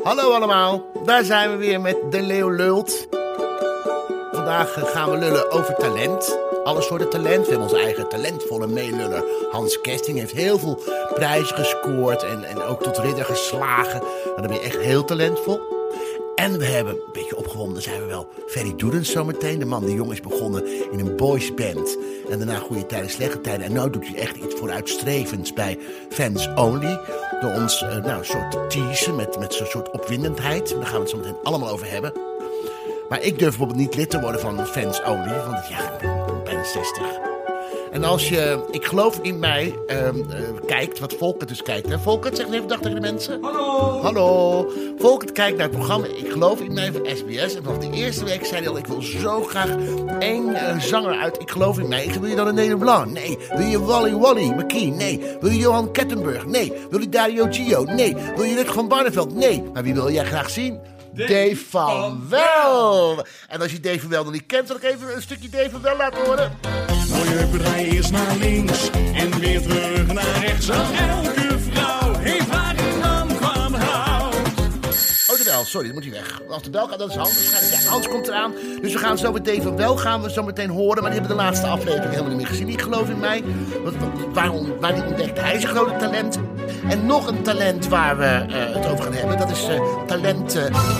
Hallo allemaal, daar zijn we weer met De Leeuw Lult. Vandaag gaan we lullen over talent. Alle soorten talent. We hebben onze eigen talentvolle meeluller. Hans Kesting heeft heel veel prijzen gescoord en ook tot ridder geslagen. Nou, dan ben je echt heel talentvol. En we hebben, een beetje opgewonden zijn we wel, Ferry Doedens zometeen. De man die jong is begonnen in een boysband. En daarna goede tijden, slechte tijden. En nu doet hij echt iets vooruitstrevends bij Fans Only. Door ons een soort te teasen met zo'n soort opwindendheid. Daar gaan we het zo meteen allemaal over hebben. Maar ik durf bijvoorbeeld niet lid te worden van Fans Only. Want ja, ik ben bijna 60. En als je, ik geloof in mij, kijkt, wat Volkert dus kijkt. Hè? Volkert, zeg even dag tegen de mensen. Hallo. Hallo. Volkert kijkt naar het programma Ik geloof in mij van SBS. En vanaf de eerste week zei hij al, ik wil zo graag één zanger uit Ik geloof in mij. Wil je dan een Nederland? Nee. Wil je Wally McKee? Nee. Wil je Johan Kettenburg? Nee. Wil je Dario Gio? Nee. Wil je Rutger van Barneveld? Nee. Maar wie wil jij graag zien? Dave van Wel. En als je Dave van Wel nog niet kent, zal ik even een stukje Dave van Wel laten horen. Nou, je draai eerst naar links en weer terug naar rechts. Want elke vrouw heeft waar een man van houdt. Oh, de bel, sorry, dat moet hij weg. Als de bel gaat, dat is Hans. Waarschijnlijk, ja, Hans komt eraan. Dus we gaan zo met Dave van Wel gaan we zo meteen horen. Maar die hebben de laatste aflevering helemaal niet meer gezien. Ik geloof in mij. Waar die ontdekte hij zijn grote talent. En nog een talent waar we het over gaan hebben. Dat is talent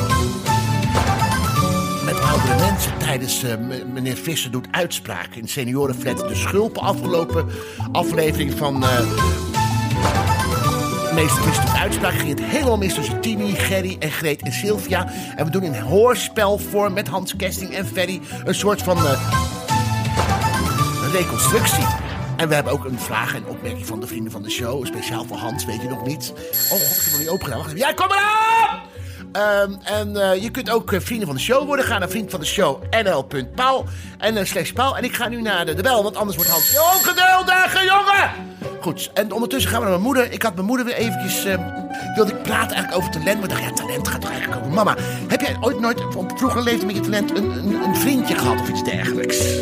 met oudere mensen. Tijdens meneer Visser doet uitspraak in seniorenflat De Schulpen. Afgelopen aflevering van Meester Visser doet uitspraak. Ging het helemaal mis tussen Tini, Gerry en Greet en Sylvia. En we doen in hoorspelvorm met Hans Kesting en Ferry een soort van reconstructie. En we hebben ook een vraag en opmerking van de vrienden van de show. Speciaal voor Hans, weet je nog niet. Oh god, ik heb hem nog niet open gedaan. Wacht even. Ja, kom erop! Je kunt ook vrienden van de show worden. Ga naar vriendvandeshow.nl.paal en /paal. En ik ga nu naar de bel, want anders wordt Hans ongeduldige jongen! Goed, en ondertussen gaan we naar mijn moeder. Ik had mijn moeder weer eventjes... wilde ik praten eigenlijk over talent. Maar ik dacht, ja, talent gaat toch eigenlijk over mama. Heb jij ooit nooit op vroeger leeftijd met je talent een vriendje gehad of iets dergelijks?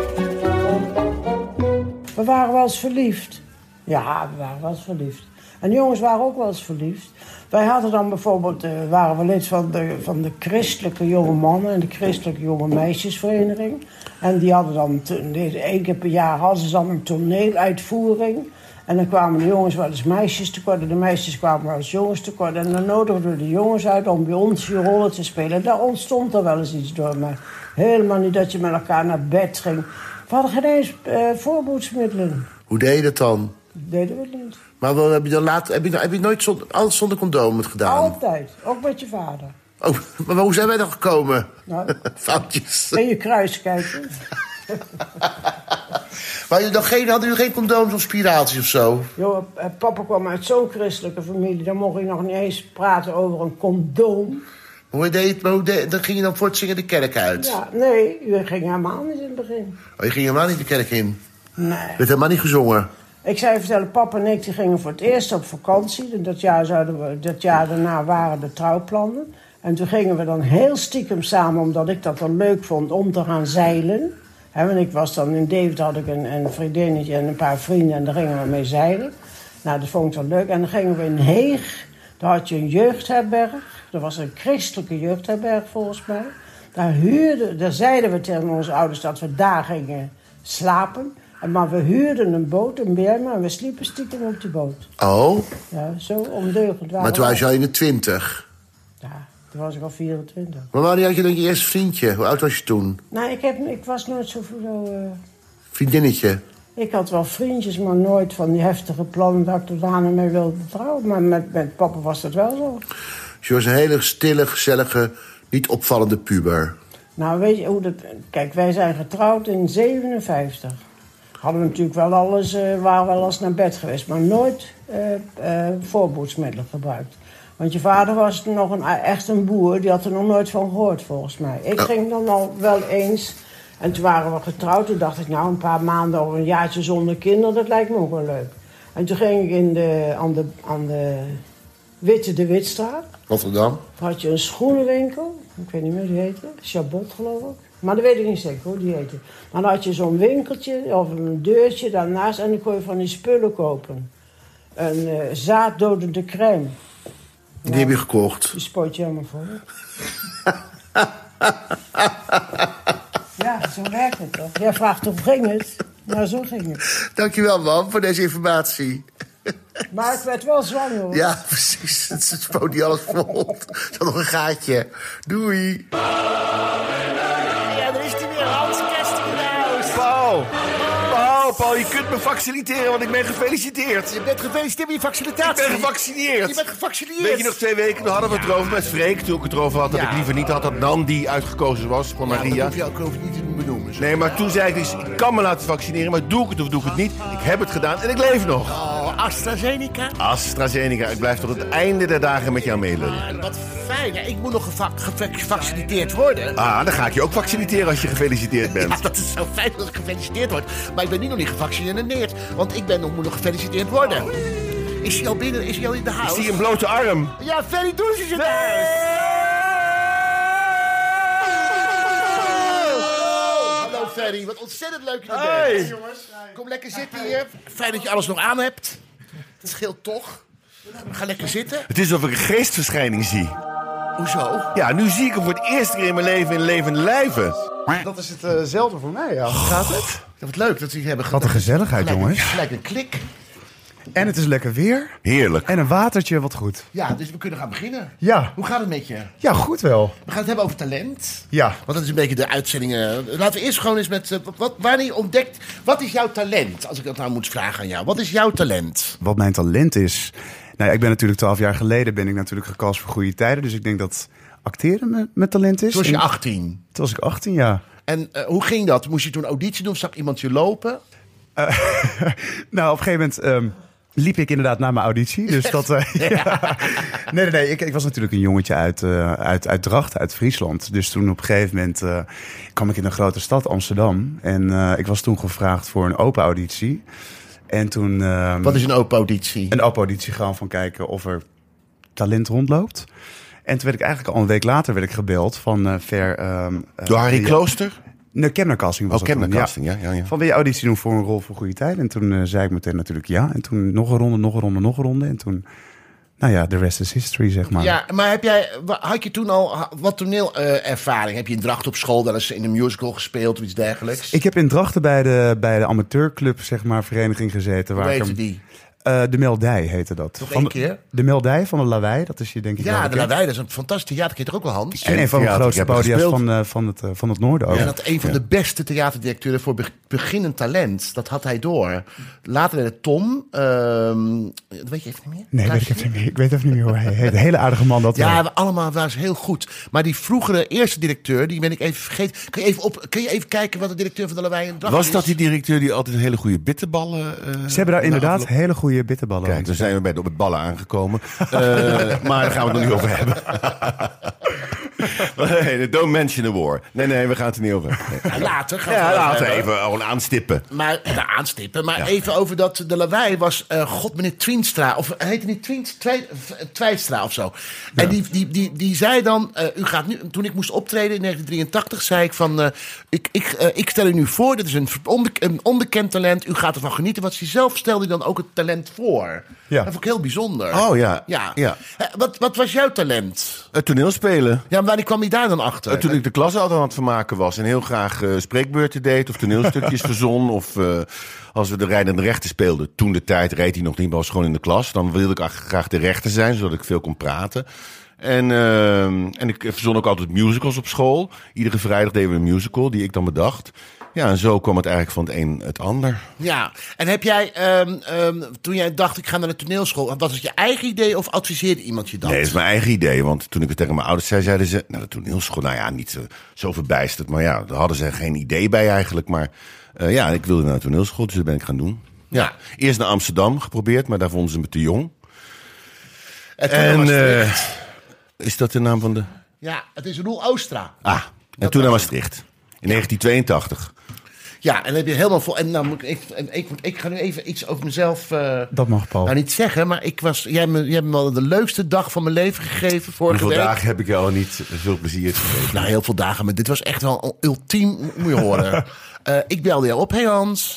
We waren wel eens verliefd. Ja, we waren wel eens verliefd. En de jongens waren ook wel eens verliefd. Wij hadden dan bijvoorbeeld, waren we lid van de christelijke jonge mannen en de christelijke jonge meisjesvereniging. En die hadden dan, 1 keer per jaar hadden ze dan een toneeluitvoering. En dan kwamen de jongens wel eens meisjes tekort en de meisjes kwamen wel eens jongens tekort. En dan nodigden we de jongens uit om bij ons die rollen te spelen. En daar ontstond er wel eens iets door. Maar helemaal niet dat je met elkaar naar bed ging. We hadden geen eens voorboedsmiddelen. Hoe deed je dat dan? Deden we niet. Maar wat heb je dan later? Heb je nooit alles zonder condoom het gedaan? Altijd. Ook met je vader. Oh, maar hoe zijn wij dan gekomen? Nou, Foutjes. in je kruis kijken. Maar hadden jullie geen condooms of spiraaltjes of zo? Jo, papa kwam uit zo'n christelijke familie. Dan mocht je nog niet eens praten over een condoom. Dan ging je dan voor het zingen de kerk uit? Ja, nee, je ging helemaal niet in het begin. Oh, je ging helemaal niet de kerk in? Nee. Je werd helemaal niet gezongen? Ik zou je vertellen, papa en ik die gingen voor het eerst op vakantie. En dat jaar daarna waren de trouwplannen. En toen gingen we dan heel stiekem samen, omdat ik dat dan leuk vond, om te gaan zeilen. Want ik was dan in Deventer, had ik een vriendinnetje en een paar vrienden en daar gingen we mee zeilen. Nou, dat vond ik wel leuk. En dan gingen we in Heeg, daar had je een jeugdherberg. Dat was een christelijke jeugdherberg volgens mij. Daar zeiden we tegen onze ouders dat we daar gingen slapen. Maar we huurden een boot, een Berma, en we sliepen stiekem op die boot. Oh? Ja, zo ondeugend. Maar toen was je al in de 20? Ja, toen was ik al 24. Maar wanneer had je dan je eerste vriendje? Hoe oud was je toen? Nou, ik was nooit zoveel... Vriendinnetje? Ik had wel vriendjes, maar nooit van die heftige plannen dat ik er daarna mee wilde trouwen. Maar met papa was dat wel zo. Dus je was een hele stille, gezellige, niet opvallende puber. Nou, weet je hoe dat... Kijk, wij zijn getrouwd in 57. Hadden we natuurlijk wel alles, waren wel eens naar bed geweest, maar nooit voorboedsmiddelen gebruikt. Want je vader was nog echt een boer, die had er nog nooit van gehoord volgens mij. Ik ging dan al wel eens, en toen waren we getrouwd, toen dacht ik nou een paar maanden of een jaartje zonder kinderen, dat lijkt me ook wel leuk. En toen ging ik aan de Witte de Witstraat. Rotterdam? Toen had je een schoenenwinkel, ik weet niet meer hoe die heette, Chabot geloof ik. Maar dat weet ik niet zeker hoe die heette. Maar dan had je zo'n winkeltje of een deurtje daarnaast en dan kon je van die spullen kopen. Een zaaddodende crème. Die heb je gekocht. Die spoot je helemaal vol. Ja, zo werkt het toch? Jij vraagt hoe ging het? Nou, zo ging het. Dankjewel, man, voor deze informatie. Maar ik werd wel zwanger, hoor. Ja, precies. Het spoot niet alles vol. Er zat nog een gaatje. Doei. Ja, daar is hij weer. Hans Kestinghuis. Paul, je kunt me vaccineren, want ik ben gefeliciteerd. Je bent gefeliciteerd met je vaccinatie. Ik ben gevaccineerd. Je bent gevaccineerd. Weet je nog 2 weken, toen hadden we het erover met Freek. Toen ik het erover had dat ik liever niet had dat Nandi uitgekozen was voor Maria. Dat hoef je niet te benoemen. Zo. Nee, maar toen zei ik dus, ik kan me laten vaccineren, maar doe ik het of doe ik het niet? Ik heb het gedaan en ik leef nog. Oh, AstraZeneca? AstraZeneca. Ik blijf tot het einde der dagen met jou meelullen. Wat fijn. Ja, ik moet nog gevaccineerd worden. Ah, dan ga ik je ook vaccineren als je gefeliciteerd bent. Ja, dat is zo fijn dat ik gefeliciteerd word. Maar ik ben nu nog niet gevaccineerd, want ik moet nog gefeliciteerd worden. Is hij al binnen? Is hij al in de huis? Is hij een blote arm? Ja, Ferry Does is in huis. Hallo Ferry, wat ontzettend leuk dat je bent. Jongens. Kom lekker zitten hier. Fijn dat je alles nog aan hebt. Het scheelt toch. Ga lekker zitten. Het is alsof ik een geestverschijning zie. Hoezo? Ja, nu zie ik hem voor het eerste keer in mijn leven in levende lijven. Dat is hetzelfde voor mij, ja. Gaat het? Wat leuk dat we hier hebben. Wat een gezelligheid, jongens. Gelijk een klik. En het is lekker weer. Heerlijk. En een watertje, wat goed. Ja, dus we kunnen gaan beginnen. Ja. Hoe gaat het met je? Ja, goed wel. We gaan het hebben over talent. Ja. Want dat is een beetje de uitzendingen. Laten we eerst gewoon eens met... wanneer je ontdekt... Wat is jouw talent? Als ik dat nou moet vragen aan jou. Wat is jouw talent? Wat mijn talent is... Nou, ik ben natuurlijk 12 jaar geleden gecast voor Goede Tijden. Dus ik denk dat acteren mijn talent is. Toen was je 18? Toen was ik 18, ja. En hoe ging dat? Moest je toen auditie doen? Zag iemand je lopen? Nou, op een gegeven moment liep ik inderdaad naar mijn auditie. Dus dat... Ja. Nee. Ik was natuurlijk een jongetje uit Drachten, uit Friesland. Dus toen op een gegeven moment kwam ik in een grote stad, Amsterdam. En ik was toen gevraagd voor een open auditie. En toen... Wat is een open auditie? Een open auditie gewoon van kijken of er talent rondloopt. En toen werd ik eigenlijk al een week later gebeld van door Harry Klooster? Nee, Kemnercasting was dat. Kemnercasting, ja. Van wil je auditie doen voor een rol voor Goede Tijden? En toen zei ik meteen natuurlijk ja. En toen nog een ronde. En toen, nou ja, the rest is history, zeg maar. Ja, maar had je toen al wat toneelervaring? Heb je in Drachten op school wel eens in een musical gespeeld of iets dergelijks? Ik heb in Drachten bij de amateurclub, zeg maar, vereniging gezeten. Hoe heette die? De Meldij heette dat. Nog één keer? De Meldij van de Lawaai, dat is je denk ik. Ja, de Lawaai, dat is een fantastisch theater. Ken je toch ook wel, Hans? En een van de grootste podia's van het noorden ook. Ja, dat een van de beste theaterdirecteuren voor beginnend talent. Dat had hij door. Later werd het Tom. Dat weet je even niet meer? Nee, weet ik even niet meer. Ik weet even niet meer hoe hij heet. Een hele aardige man. We allemaal waren ze heel goed. Maar die vroegere eerste directeur, die ben ik even vergeten. Kun je even kijken wat de directeur van de Lawaai in Drachten was dat die directeur die altijd hele goede bitterballen... Ze hebben daar inderdaad hele goede bitterballen. Kijk, dan zijn we op het ballen aangekomen. Maar daar gaan we het nog niet over hebben. Nee, don't mention the war. Nee, we gaan het er niet over. Nee. Later gaan we laten we even gewoon aanstippen. Maar even over dat de Lawaai was... meneer Twienstra. Of heette niet Twijstra of zo. Ja. En die zei dan... u gaat nu, toen ik moest optreden in 1983... zei ik van... ik stel u nu voor, dit is een onbekend talent. U gaat ervan genieten. Want hij zelf stelde dan ook het talent voor. Ja. Dat vond ik heel bijzonder. Oh ja. Wat was jouw talent? Het toneelspelen. Ja, maar wanneer kwam je daar dan achter? Toen ik de klas altijd aan het vermaken was. En heel graag spreekbeurten deed. Of toneelstukjes verzon. Of als we de rijdende rechter speelden. Toen de tijd reed hij nog niet, maar was gewoon in de klas. Dan wilde ik graag de rechter zijn, zodat ik veel kon praten. En ik verzon ook altijd musicals op school. Iedere vrijdag deden we een musical die ik dan bedacht. Ja, en zo kwam het eigenlijk van het een het ander. Ja, en heb jij, toen jij dacht ik ga naar de toneelschool... was het je eigen idee of adviseerde iemand je dat? Nee, het is mijn eigen idee. Want toen ik het tegen mijn ouders zei, zeiden ze... Nou, de toneelschool, niet zo verbijsterd. Maar ja, daar hadden ze geen idee bij eigenlijk. Maar ik wilde naar de toneelschool, dus dat ben ik gaan doen. Ja, eerst naar Amsterdam geprobeerd, maar daar vonden ze me te jong. Is dat de naam van de... Ja, het is Roel Oostra. En toen naar Maastricht. In 1982. Ja, en dan heb je helemaal vol. En nou moet ik ga nu even iets over mezelf. Dat mag, Paul. Nou, niet zeggen, maar jij hebt me wel de leukste dag van mijn leven gegeven vorige week. Hoeveel dagen heb ik jou al niet veel plezier gegeven? Nou, heel veel dagen, maar dit was echt wel ultiem, moet je horen. Ik belde jou op, hey Hans.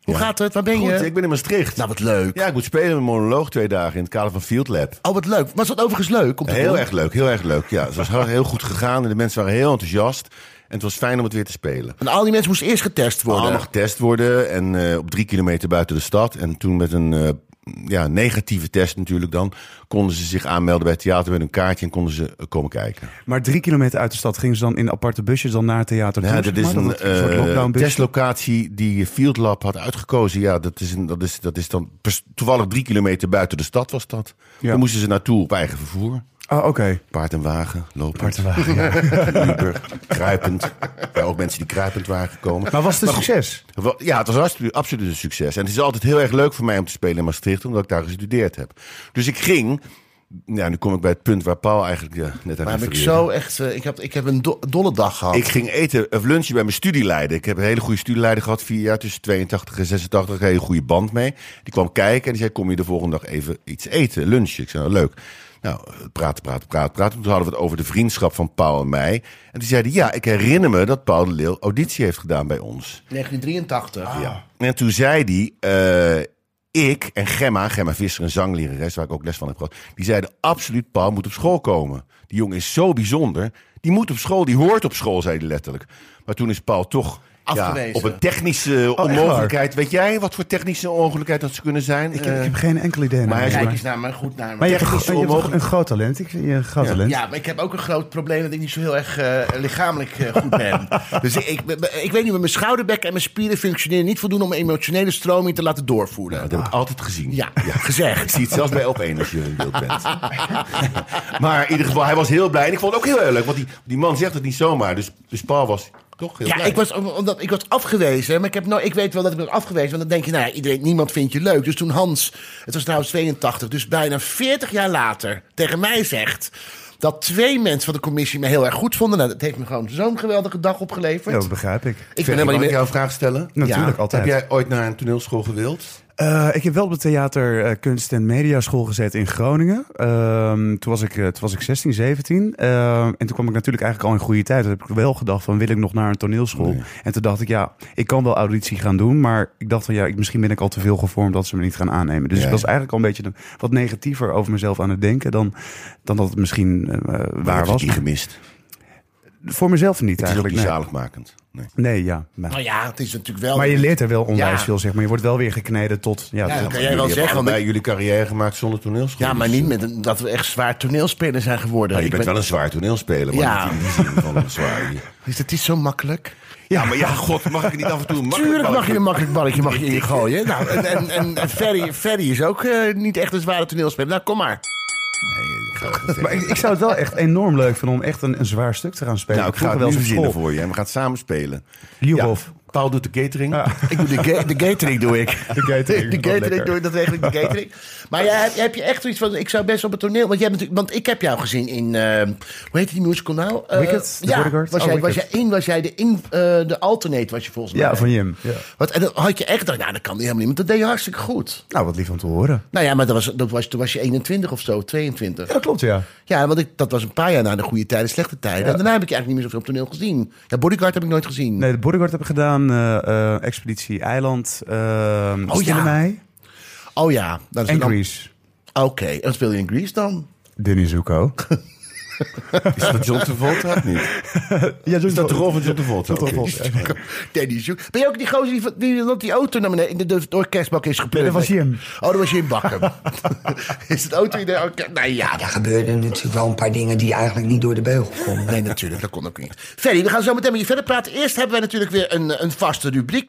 Hoe gaat het? Waar ben je? Goed, ik ben in Maastricht. Nou, wat leuk. Ja, ik moet spelen met een monoloog 2 dagen in het kader van Field Lab. Oh, wat leuk. Was dat overigens leuk? Heel erg leuk. Ja, het was heel goed gegaan en de mensen waren heel enthousiast. En het was fijn om het weer te spelen. En al die mensen moesten eerst getest worden. Allemaal getest worden en op 3 kilometer buiten de stad. En toen met een negatieve test natuurlijk dan, konden ze zich aanmelden bij het theater met een kaartje en konden ze komen kijken. Maar 3 kilometer uit de stad gingen ze dan in aparte busjes dan naar het theater? Ja, dat is een soort lockdownbusje? testlocatie die Field Lab had uitgekozen. Ja, dat is dan toevallig 3 kilometer buiten de stad was dat. Ja. Daar moesten ze naartoe op eigen vervoer. Oh, oké. Paard en wagen, lopend. Paard en wagen, ja. Uber, kruipend. Ja, ook mensen die kruipend waren gekomen. Maar was het een succes? Ja, het was absoluut een succes. En het is altijd heel erg leuk voor mij om te spelen in Maastricht, omdat ik daar gestudeerd heb. Dus ik ging. Ja, nu kom ik bij het punt waar Paul eigenlijk net aan Maar heb ik refereerde. zo echt... Ik heb een dolle dag gehad. Ik ging eten of lunchen bij mijn studieleider. Ik heb een hele goede studieleider gehad, 4 jaar tussen 82 en 86. Een hele goede band mee. Die kwam kijken en die zei: kom je de volgende dag even iets eten, lunchen? Ik zei: nou, leuk. Nou, praten. Toen hadden we het over de vriendschap van Paul en mij. En die zeiden: ja, ik herinner me dat Paul de Leeuw auditie heeft gedaan bij ons. 1983. Ja. En toen zei hij, ik en Gemma Visser, een zanglerares waar ik ook les van heb gehad, die zeiden: absoluut, Paul moet op school komen. Die jongen is zo bijzonder. Die moet op school, die hoort op school, zei hij letterlijk. Maar toen is Paul toch afgewezen. op een technische onmogelijkheid. Weet jij wat voor technische onmogelijkheid dat ze kunnen zijn? Ik heb geen enkel idee. Maar hij Kijk eens naar me, goed naar me. Maar je hebt technisch toch onmogelijk. een groot talent? Ik vind je een groot talent. Ja, maar ik heb ook een groot probleem dat ik niet zo heel erg lichamelijk goed ben. Dus ik weet niet, mijn schouderbekken en mijn spieren functioneren niet voldoende om mijn emotionele stroming te laten doorvoeren. Dat heb ik altijd gezien. Ja, gezegd. Ik zie het zelfs bij Op1 als je in beeld bent. Maar in ieder geval, hij was heel blij. En ik vond het ook heel erg leuk, want die man zegt het niet zomaar. Dus Paul was toch heel blij. Ik was afgewezen. Maar ik weet wel dat ik ben afgewezen. Want dan denk je, nou ja, niemand vindt je leuk. Dus toen Hans, het was trouwens 82, dus bijna 40 jaar later, tegen mij zegt dat 2 mensen van de commissie me heel erg goed vonden. Nou, dat heeft me gewoon zo'n geweldige dag opgeleverd. Ja, dat begrijp ik. Ik ben helemaal niet Mag ik meer... jou een vraag stellen? Natuurlijk, altijd. Heb jij ooit naar een toneelschool gewild? Ik heb wel op de theater kunst- en mediaschool gezeten in Groningen. Toen was ik 16, 17. En toen kwam ik natuurlijk eigenlijk al in goede tijd. Toen heb ik wel gedacht van, wil ik nog naar een toneelschool? Nee. En toen dacht ik, ja, ik kan wel auditie gaan doen. Maar ik dacht van, ja, misschien ben ik al te veel gevormd dat ze me niet gaan aannemen. Dus ik was eigenlijk al een beetje wat negatiever over mezelf aan het denken dan dat het misschien waar was. Heb je die gemist? Voor mezelf niet Het eigenlijk. is ook niet zaligmakend. Nee, ja. Nou ja, het is natuurlijk wel... Maar je leert er wel onwijs veel, zeg maar. Je wordt wel weer gekneden tot... Ja, dat tot kan jij wel zeggen. Bij jullie carrière gemaakt zonder toneelschool. Ja, maar niet dat we echt zwaar toneelspeler zijn geworden. Nou, je bent wel een zwaar toneelspeler, maar niet in die zin van een zwaar. Is het zo makkelijk? Ja, maar ja, god, mag ik niet af en toe een makkelijk Tuurlijk mag je een makkelijk balletje in je gooien. Nou, en Ferry is ook niet echt een zware toneelspeler. Nou, kom maar. Maar ik zou het wel echt enorm leuk vinden om echt een zwaar stuk te gaan spelen. Nou, ik ga het wel verzinnen voor je en we gaan het samen spelen. Lierhoff. Ja, Paul doet de catering. Ja. Ik doe de catering doe ik. De catering doe ik, dat regel ik, de catering. Maar heb je echt zoiets van, ik zou best op het toneel... Want ik heb jou gezien in, hoe heet die musical nou? Wicked, ja, Bodyguard. was jij de alternate, was je volgens mij. Ja, van Jim. Ja. En dan had je echt gedacht, nou, dat kan helemaal niet. Want dat deed je hartstikke goed. Nou, wat lief om te horen. Nou ja, maar toen was je 21 of zo, 22. Ja, dat klopt, ja. Ja, want dat was een paar jaar na de goede tijden, slechte tijden. Ja. En daarna heb ik je eigenlijk niet meer zoveel op toneel gezien. Ja, Bodyguard heb ik nooit gezien. Nee, de Bodyguard heb ik gedaan. Expeditie Eiland. Stille Mei. Oh ja. Dat is en Grease. Oké, en wat speel je in Grease dan? Dennis Zuko. Is dat John Travolta of niet? Ja, is dat de rol van John Travolta? Dennis Zuko. Ben je ook die gozer die auto naar beneden in de orkestbak is gepleurd? Nee, dat was Jim. Oh, dat was Jim Bakker. Is het auto in de orkest? Nou ja. Daar gebeurden natuurlijk wel een paar dingen die eigenlijk niet door de beugel konden. Nee, natuurlijk. Dat kon ook niet. Ferry, we gaan zo meteen met je verder praten. Eerst hebben wij natuurlijk weer een vaste rubriek.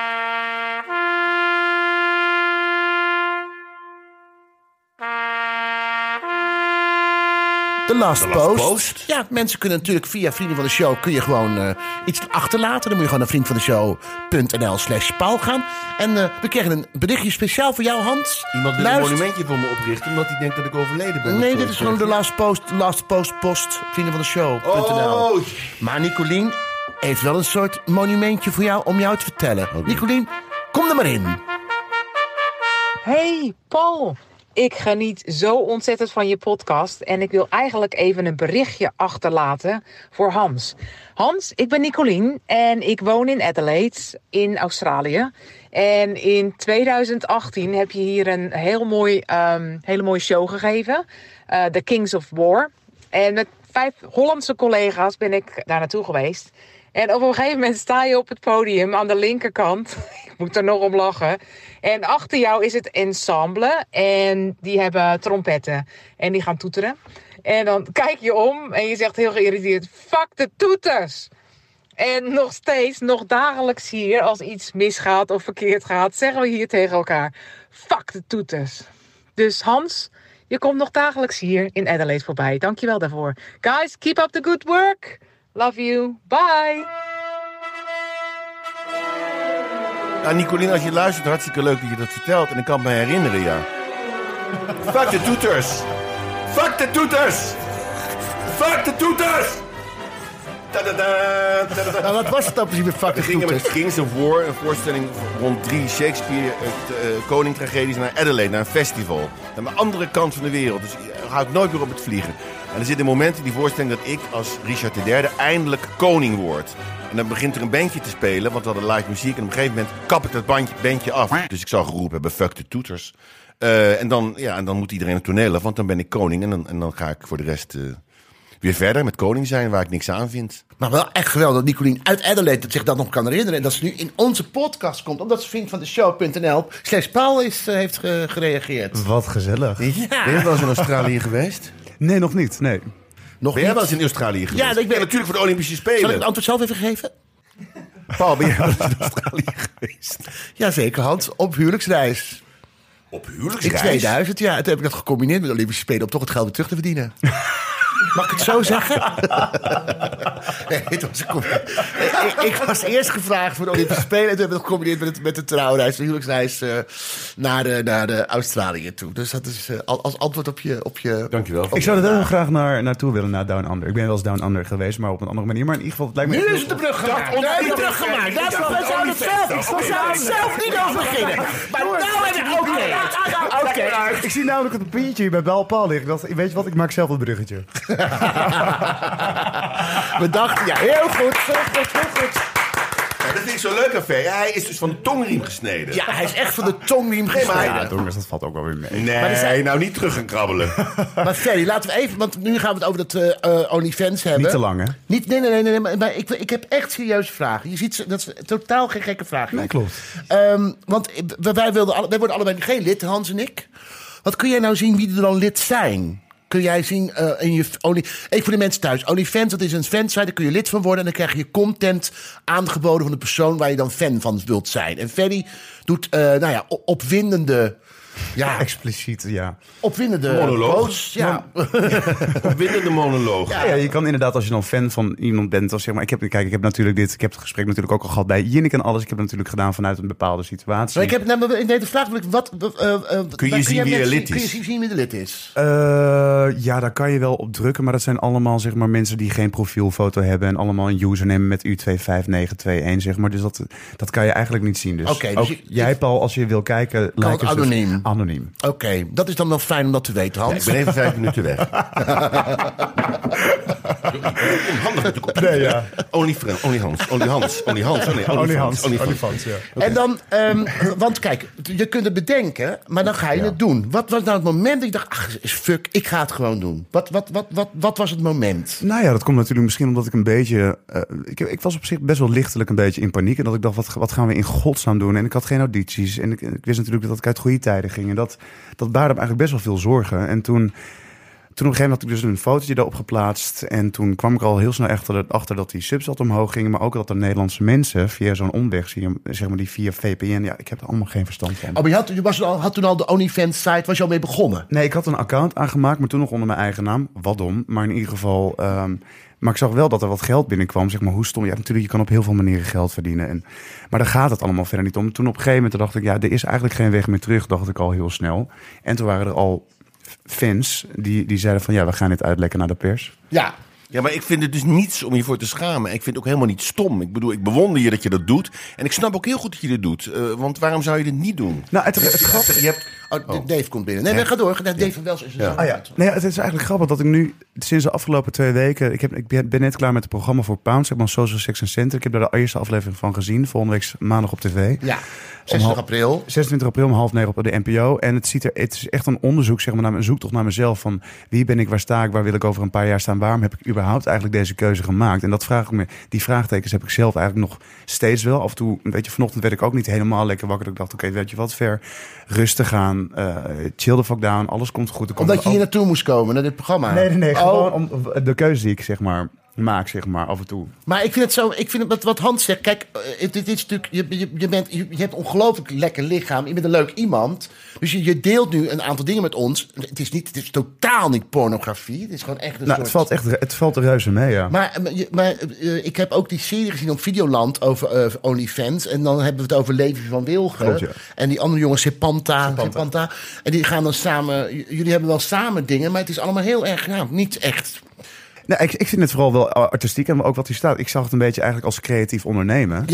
De Last Post. Ja, mensen kunnen natuurlijk via Vrienden van de Show kun je gewoon iets achterlaten. Dan moet je gewoon naar vriendvandeshow.nl/Paul gaan. En we krijgen een berichtje speciaal voor jou, Hans. Iemand wil een monumentje voor me oprichten omdat hij denkt dat ik overleden ben. Nee, dit is gewoon de Last Post, vriendenvandeshow.nl. Oh. Maar Nicolien heeft wel een soort monumentje voor jou om jou te vertellen. Okay. Nicolien, kom er maar in. Hey, Paul. Ik geniet zo ontzettend van je podcast. En ik wil eigenlijk even een berichtje achterlaten voor Hans. Hans, ik ben Nicolien en ik woon in Adelaide in Australië. En in 2018 heb je hier een hele mooie show gegeven. The Kings of War. En met 5 Hollandse collega's ben ik daar naartoe geweest. En op een gegeven moment sta je op het podium aan de linkerkant. Ik moet er nog om lachen. En achter jou is het ensemble. En die hebben trompetten. En die gaan toeteren. En dan kijk je om en je zegt heel geïrriteerd: fuck de toeters! En nog steeds, nog dagelijks hier, als iets misgaat of verkeerd gaat, zeggen we hier tegen elkaar: fuck de toeters. Dus Hans, je komt nog dagelijks hier in Adelaide voorbij. Dankjewel daarvoor. Guys, keep up the good work. Love you. Bye. Nou, Nicolien, als je luistert, hartstikke leuk dat je dat vertelt. En ik kan me herinneren, ja. Fuck de toeters! Fuck de toeters! Fuck de toeters! Nou, wat was het dan precies met fuck de We gingen met toeters? Kings of War, een voorstelling rond 3 Shakespeare koningtragedies, naar Adelaide, naar een festival. Naar de andere kant van de wereld. Dus hou ik nooit meer op het vliegen. En er zit een moment in die voorstelling dat ik als Richard III eindelijk koning word. En dan begint er een bandje te spelen, want we hadden live muziek. En op een gegeven moment kap ik dat bandje af. Dus ik zou geroepen hebben, fuck de toeters. En dan moet iedereen het toneel af, want dan ben ik koning. En dan ga ik voor de rest weer verder met koning zijn, waar ik niks aan vind. Maar wel echt geweldig dat Nicolien uit Adelaide zich dat nog kan herinneren. En dat ze nu in onze podcast komt, omdat ze vriend van de show.nl/Paul heeft gereageerd. Wat gezellig. Ja. Ben je wel eens in Australië geweest? Nee, nog niet. Nee. Nog Ben jij niet. wel eens in Australië geweest? Ja, ik ben natuurlijk voor de Olympische Spelen. Zal ik het antwoord zelf even geven? Paul, ben jij wel eens in Australië geweest? Jazeker, Hans, op huwelijksreis. Op In huwelijksreis? 2000, ja. Toen heb ik dat gecombineerd met de Olympische Spelen om toch het geld weer terug te verdienen. Mag ik het zo zeggen? Nee, het was ik was eerst gevraagd voor de Olympische Spelen. En toen hebben we het gecombineerd met de trouwreis, de huwelijksreis naar de Australië toe. Dus dat is als antwoord op je... Dankjewel. Ik zou er wel graag naartoe willen, naar Down Under. Ik ben wel eens Down Under geweest, maar op een andere manier. Maar in ieder geval, het lijkt me... Nu is het de brug gemaakt. Nu is de brug gemaakt. We zouden het zelf niet over beginnen. Maar nou hebben we... Oké. Ik zie namelijk het papiertje hier bij Bel Paul liggen. Ik dacht, weet je wat, ik maak zelf het bruggetje. We dachten, ja, heel goed. Heel goed. Ja, dat vind ik zo leuk aan Fer. Hij is dus van de tongriem gesneden. Ja, hij is echt van de tongriem gesneden. Ja, jongens, dat valt ook wel weer mee. Nee, nou niet terug gaan krabbelen. Maar Ferry, laten we even... Want nu gaan we het over dat OnlyFans hebben. Niet te lang, hè? Nee. Maar ik heb echt serieuze vragen. Je ziet, dat is totaal geen gekke vragen. Nee, klopt. Want wij worden allebei geen lid, Hans en ik. Wat kun jij nou zien wie er dan lid zijn? Kun jij zien in je... Even voor de mensen thuis. OnlyFans, dat is een fansite, daar kun je lid van worden. En dan krijg je content aangeboden van de persoon waar je dan fan van wilt zijn. En Ferry doet opwindende... Ja, Expliciet, ja. opwindende Monoloog. posts. Ja. Opwindende monoloog. Ja, je kan inderdaad, als je dan fan van iemand bent, als zeg maar, ik heb het gesprek natuurlijk ook al gehad bij Jinnik en alles. Ik heb het natuurlijk gedaan vanuit een bepaalde situatie. Maar ik heb de vraag, Kun je zien wie er lid Kun je is? zien wie er lid is? Ja, daar kan je wel op drukken, maar dat zijn allemaal zeg maar mensen die geen profielfoto hebben en allemaal een username met U25921 zeg maar. Dus dat kan je eigenlijk niet zien. Dus, Oké, dus ook jij Paul, als je wil kijken, Kan het anoniem? Anoniem. Oké, dat is dan wel fijn om dat te weten, Ja, Hans. ik ben even 5 minuten weg. Onhandig natuurlijk op. Nee, ja. Only Hans. Oh, nee, OnlyFans, ja. En dan, want kijk, je kunt het bedenken, maar dan ga je het doen. Wat was nou het moment dat je dacht, fuck, ik ga het gewoon doen? Wat was het moment? Nou ja, dat komt natuurlijk misschien omdat ik een beetje... Ik was op zich best wel lichtelijk een beetje in paniek. En dat ik dacht, wat gaan we in godsnaam doen? En ik had geen audities. En ik wist natuurlijk dat ik uit goede tijden ging. En dat baarde me eigenlijk best wel veel zorgen. En toen op een gegeven moment had ik dus een fotootje daarop geplaatst. En toen kwam ik al heel snel achter dat die subs wat omhoog gingen. Maar ook dat er Nederlandse mensen via zo'n omweg, zeg maar die via VPN. Ja, ik heb er allemaal geen verstand van. Oh, maar je had toen al de OnlyFans site, was je al mee begonnen? Nee, ik had een account aangemaakt, maar toen nog onder mijn eigen naam. Wat dom, maar in ieder geval... maar ik zag wel dat er wat geld binnenkwam. Zeg maar, hoe stom. Ja, natuurlijk, je kan op heel veel manieren geld verdienen. Maar daar gaat het allemaal verder niet om. Toen op een gegeven moment dacht ik, ja, er is eigenlijk geen weg meer terug, dacht ik al heel snel. En toen waren er al fans die zeiden van, ja, we gaan dit uitlekken naar de pers. Ja. Ja, maar ik vind het dus niets om je voor te schamen. Ik vind het ook helemaal niet stom. Ik bedoel, ik bewonder je dat je dat doet. En ik snap ook heel goed dat je dit doet. Want waarom zou je dit niet doen? Nou, het grappige... Dave komt binnen. Nee, ga door. Dave van Wels is Ja. Nee, het is eigenlijk grappig dat ik nu sinds de afgelopen 2 weken... Ik ben net klaar met het programma voor Pound, zeg maar Social Sex and Center. Ik heb daar de eerste aflevering van gezien. Volgende week maandag op tv. Ja, 26 april. 26 april om 8:30 op de NPO. En het is echt een onderzoek, zeg maar, een zoektocht naar mezelf. Van wie ben ik, waar sta ik, waar wil ik over een paar jaar staan? Waarom heb ik überhaupt eigenlijk deze keuze gemaakt? En dat vraag ik me, die vraagtekens heb ik zelf eigenlijk nog steeds wel. Af en toe, weet je, vanochtend werd ik ook niet helemaal lekker wakker. Dat ik dacht, oké, weet je wat, ver rustig aan, chill the fuck down, alles komt goed. Omdat je hier naartoe moest komen, naar dit programma? Nee, gewoon om de keuze die ik, zeg maar, maak, zeg maar, af en toe. Maar ik vind het zo, wat Hans zegt, kijk, dit is natuurlijk, je hebt een ongelooflijk lekker lichaam, je bent een leuk iemand, dus je deelt nu een aantal dingen met ons. Het is totaal niet pornografie, het is gewoon echt een soort... Het valt er reuze mee, ja. Maar ik heb ook die serie gezien op Videoland over OnlyFans, en dan hebben we het over Levi van Wilgen. Klopt, ja. En die andere jongen, Sepanta. En die gaan dan samen, jullie hebben wel samen dingen, maar het is allemaal heel erg, niet echt... Nee, ik vind het vooral wel artistiek en ook wat hier staat. Ik zag het een beetje eigenlijk als creatief ondernemen.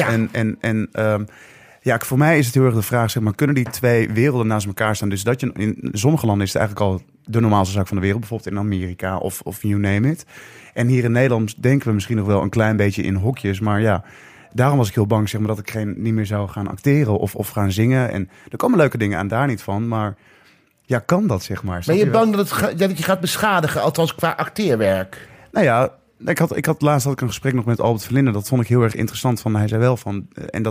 Ja. Voor mij is het heel erg de vraag, zeg maar, kunnen die 2 werelden naast elkaar staan? Dus dat je in sommige landen is het eigenlijk al de normaalste zaak van de wereld. Bijvoorbeeld in Amerika of you name it. En hier in Nederland denken we misschien nog wel een klein beetje in hokjes. Maar ja, daarom was ik heel bang, zeg maar, dat ik niet meer zou gaan acteren of gaan zingen. En er komen leuke dingen aan, daar niet van, maar... Ja, kan dat, zeg maar. Ben je bang dat je gaat beschadigen, althans qua acteerwerk? Nou ja, laatst had ik een gesprek nog met Albert Verlinde. Dat vond ik heel erg interessant. Hij zei wel van, en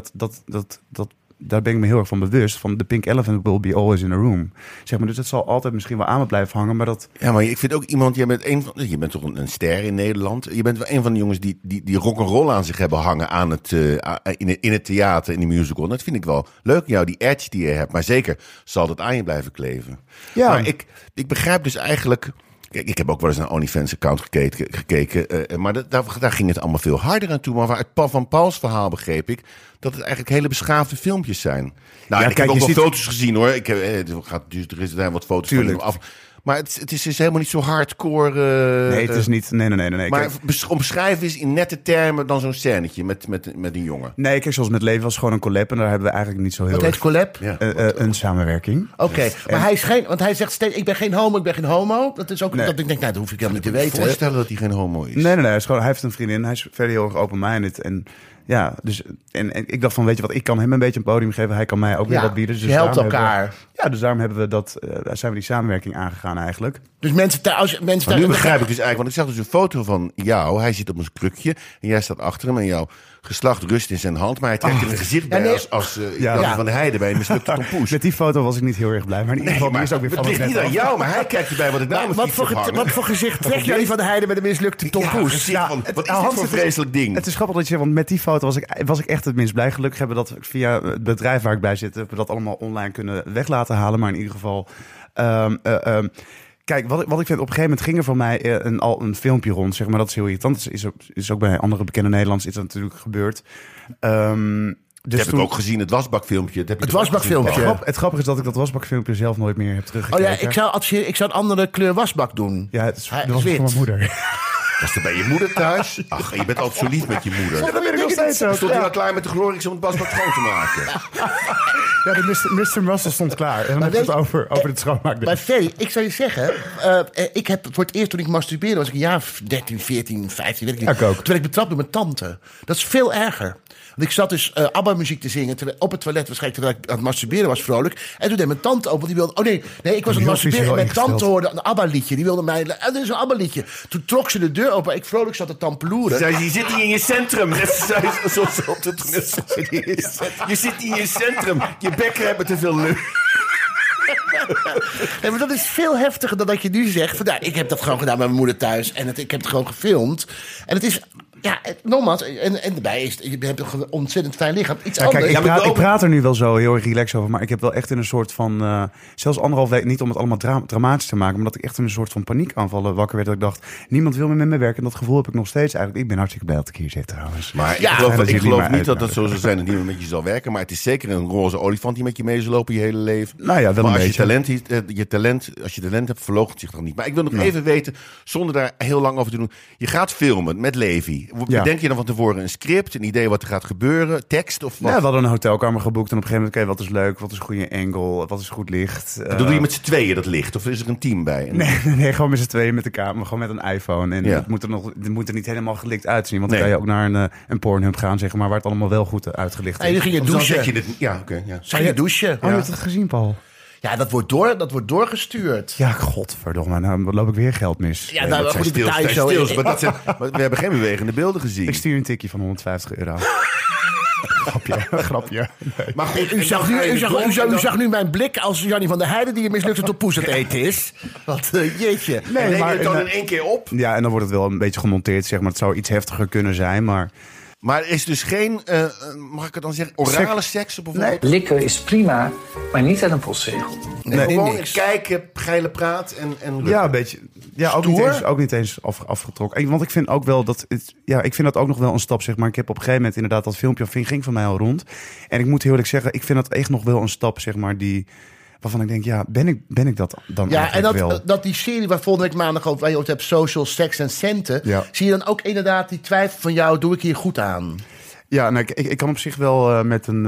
daar ben ik me heel erg van bewust. Van the pink elephant will be always in a room. Zeg maar, dus het zal altijd misschien wel aan me blijven hangen. Maar dat... Ja, maar ik vind ook iemand, je bent toch een ster in Nederland. Je bent wel een van de jongens die rock'n'roll aan zich hebben hangen aan in het theater, in de musical. En dat vind ik wel leuk, jou, die edge die je hebt. Maar zeker zal dat aan je blijven kleven. Ja. Maar ik begrijp dus eigenlijk... Kijk, ik heb ook wel eens naar OnlyFans-account gekeken. Maar daar ging het allemaal veel harder aan toe. Maar uit Van Pauls verhaal begreep ik dat het eigenlijk hele beschaafde filmpjes zijn. Nou, ja, ik heb ook wel foto's gezien, hoor. Er zijn wat foto's van hem af. Maar het is dus helemaal niet zo hardcore. Nee, het is niet. Nee. Maar omschrijven is in nette termen dan zo'n scènetje met een jongen. Nee, kijk, zoals met Leven was gewoon een collab. En daar hebben we eigenlijk niet zo heel... Wat heet collab? Ja. Een samenwerking. Oké, maar want hij zegt steeds, ik ben geen homo. Dat is ook dat ik denk, dat hoef ik helemaal niet te weten. Voorstellen dat hij geen homo is. Nee. Hij heeft een vriendin. Hij is verder heel erg open-minded. En ja, dus en ik dacht van, weet je wat, ik kan hem een beetje een podium geven. Hij kan mij ook weer wat bieden. Dus je helpt elkaar. Dus daarom hebben we zijn we die samenwerking aangegaan eigenlijk. Dus mensen nu begrijp ik dus eigenlijk, want ik zag dus een foto van jou. Hij zit op een krukje en jij staat achter hem en jouw geslacht rust in zijn hand. Maar hij trekt in het gezicht bij als Van der Heijden bij een mislukte tompoes. Met die foto was ik niet heel erg blij. Maar in ieder geval is ook weer van het ligt niet aan jou, maar hij kijkt erbij wat ik nou wat voor gezicht trek jij Van der Heijden met een mislukte tompoes? Wat is dit voor een vreselijk ding? Het is grappig dat je zegt, want met die foto was ik echt het minst blij. Gelukkig hebben we dat via het bedrijf waar ik bij zit, hebben we dat allemaal online kunnen weg laten halen. Maar in ieder geval... Kijk, wat ik vind, op een gegeven moment ging er van mij al een filmpje rond, zeg maar. Dat is heel irritant. Is ook bij andere bekende Nederlanders is dat natuurlijk gebeurd. Dus heb ik ook gezien, het wasbakfilmpje. Het wasbakfilmpje. Het grappige is dat ik dat wasbakfilmpje zelf nooit meer heb teruggekeken. Oh ja, ik zou een andere kleur wasbak doen. Ja, dat was van mijn moeder. Was er bij je moeder thuis? Ach, je bent altijd zo lief met je moeder. Ja, dat weet ik nog steeds zo. Stond hij al klaar met de Glorix om het wasbak schoon te maken? Ja, de Mr. Russell stond klaar. En dan heb je het over het schoonmaken. Maar Ferry, ik zou je zeggen... ik heb voor het eerst toen ik masturbeerde... was ik een jaar 13, 14, 15, weet ik niet. Ja, ik ook. Toen werd ik betrapt door mijn tante. Dat is veel erger. Want ik zat dus ABBA-muziek te zingen... op het toilet waarschijnlijk terwijl ik aan het masturberen was vrolijk. En toen deed mijn tante open. Die wilde... Oh nee, ik was aan het masturberen. En mijn tante hoorde een ABBA-liedje. Die wilde mij... dit is een ABBA-liedje. Toen trok ze de deur open. Ik vrolijk zat te tampeloeren. Zei, je zit niet in je centrum. Je zit niet in je centrum. Je bekken hebben te veel lucht. Nee, maar dat is veel heftiger dan dat je nu zegt... Van, ik heb dat gewoon gedaan met mijn moeder thuis... en ik heb het gewoon gefilmd. En het is... Ja, nogmaals, en daarbij je hebt een ontzettend fijn lichaam. Iets anders. Kijk, ik praat er nu wel zo heel erg relaxed over, maar ik heb wel echt in een soort van... zelfs 1,5 week, niet om het allemaal dramatisch te maken... maar dat ik echt in een soort van paniekaanvallen wakker werd. Dat ik dacht, niemand wil meer met me werken. En dat gevoel heb ik nog steeds eigenlijk. Ik ben hartstikke blij dat ik hier zit trouwens. Maar ik geloof niet dat het zo zou zijn dat niemand met je zal werken. Maar het is zeker een roze olifant die met je mee zal lopen je hele leven. Nou ja, wel maar een beetje. Als je talent hebt, verloochent zich dan niet. Maar ik wil nog even weten, zonder daar heel lang over te doen... Je gaat filmen met Levi... Bedenk je dan van tevoren een script, een idee wat er gaat gebeuren, tekst of wat? Ja, we hadden een hotelkamer geboekt en op een gegeven moment, wat is leuk, wat is een goede angle, wat is goed licht. Doe je met z'n tweeën dat licht of is er een team bij? Nee, gewoon met z'n tweeën met de kamer, gewoon met een iPhone. En het moet er niet helemaal gelikt uitzien, want dan kan je ook naar een Pornhub gaan, zeg maar, waar het allemaal wel goed uitgelicht is. En je ging je douchen. Zou je douchen? Oh, je hebt het gezien, Paul? Ja, dat wordt doorgestuurd. Ja, godverdomme, nou loop ik weer geld mis. Ja, nou, goed, betaal je zo. Maar we hebben geen bewegende beelden gezien. Ik stuur een tikje van €150. Grapje. Nee. Maar goed, u zag nu mijn blik als Jannie van der Heijden die een mislukte toppoes aan het eten is. Want jeetje. Nee, maar het dan in één keer op. Ja, en dan wordt het wel een beetje gemonteerd, zeg maar. Het zou iets heftiger kunnen zijn, maar... Maar er is dus geen, mag ik het dan zeggen, orale seks? Nee. Likken is prima, maar niet uit een postzegel. Nee, gewoon kijken, geile praat en ja, een beetje. Ja, ook niet eens afgetrokken. Want ik vind ook wel dat ik vind dat ook nog wel een stap, zeg maar. Ik heb op een gegeven moment inderdaad dat filmpje ging van mij al rond. En ik moet heel eerlijk zeggen, ik vind dat echt nog wel een stap, zeg maar, waarvan ik denk, ja, ben ik dat dan eigenlijk wel? En dat die serie waar volgende week maandag over waar je het hebt, Social, Sex en Centen, zie je dan ook inderdaad die twijfel van jou, doe ik hier goed aan? Ja, nou, ik kan op zich wel met een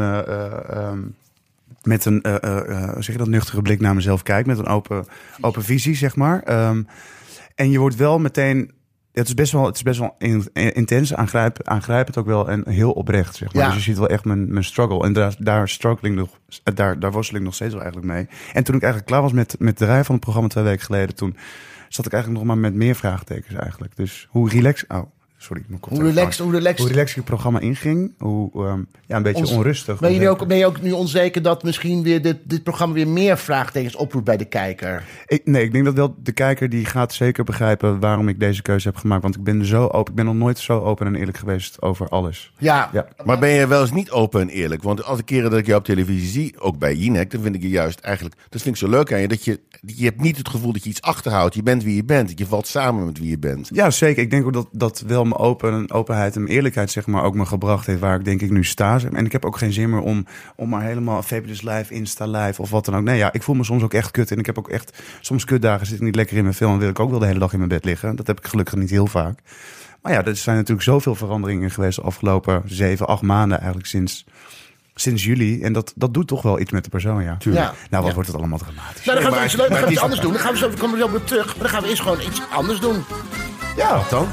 zeg je dat, nuchtere blik naar mezelf kijken, met een open visie, zeg maar. En je wordt wel meteen... Het is best wel intens, aangrijpend ook wel en heel oprecht, zeg maar. Ja. Dus je ziet wel echt mijn struggle. En daar worstel ik nog steeds wel eigenlijk mee. En toen ik eigenlijk klaar was met de rij van het programma 2 weken geleden, toen zat ik eigenlijk nog maar met meer vraagtekens eigenlijk. Dus hoe relaxed... Hoe relaxed het programma inging. Een beetje onrustig. Ben je ook nu onzeker dat misschien weer dit programma weer meer vraagtekens oproept bij de kijker? Ik denk dat wel de kijker die gaat zeker begrijpen waarom ik deze keuze heb gemaakt. Want ik ben zo open. Ik ben nog nooit zo open en eerlijk geweest over alles. Ja. Maar ben je wel eens niet open en eerlijk? Want als de keren dat ik jou op televisie zie, ook bij Jinek, dan vind ik je juist eigenlijk... Dat vind ik zo leuk aan je, dat je hebt niet het gevoel dat je iets achterhoudt. Je bent wie je bent. Je valt samen met wie je bent. Ja, zeker. Ik denk ook dat wel mijn openheid en mijn eerlijkheid, zeg maar, ook me gebracht heeft waar ik denk ik nu sta. En ik heb ook geen zin meer om maar helemaal Fabulous Live, Insta Live of wat dan ook. Nee, ja, ik voel me soms ook echt kut. En ik heb ook echt soms kutdagen, zit ik niet lekker in mijn film en wil ik ook wel de hele dag in mijn bed liggen. Dat heb ik gelukkig niet heel vaak. Maar ja, er zijn natuurlijk zoveel veranderingen geweest de afgelopen 7, 8 maanden eigenlijk sinds juli. En dat doet toch wel iets met de persoon, ja. Tuurlijk. Ja. Nou, wat wordt het allemaal dramatisch. Nou, dan gaan we iets leuk, dan gaan we iets anders doen. Dan gaan we komen we zo weer terug. Maar dan gaan we eerst gewoon iets anders doen. Ja, wat dan?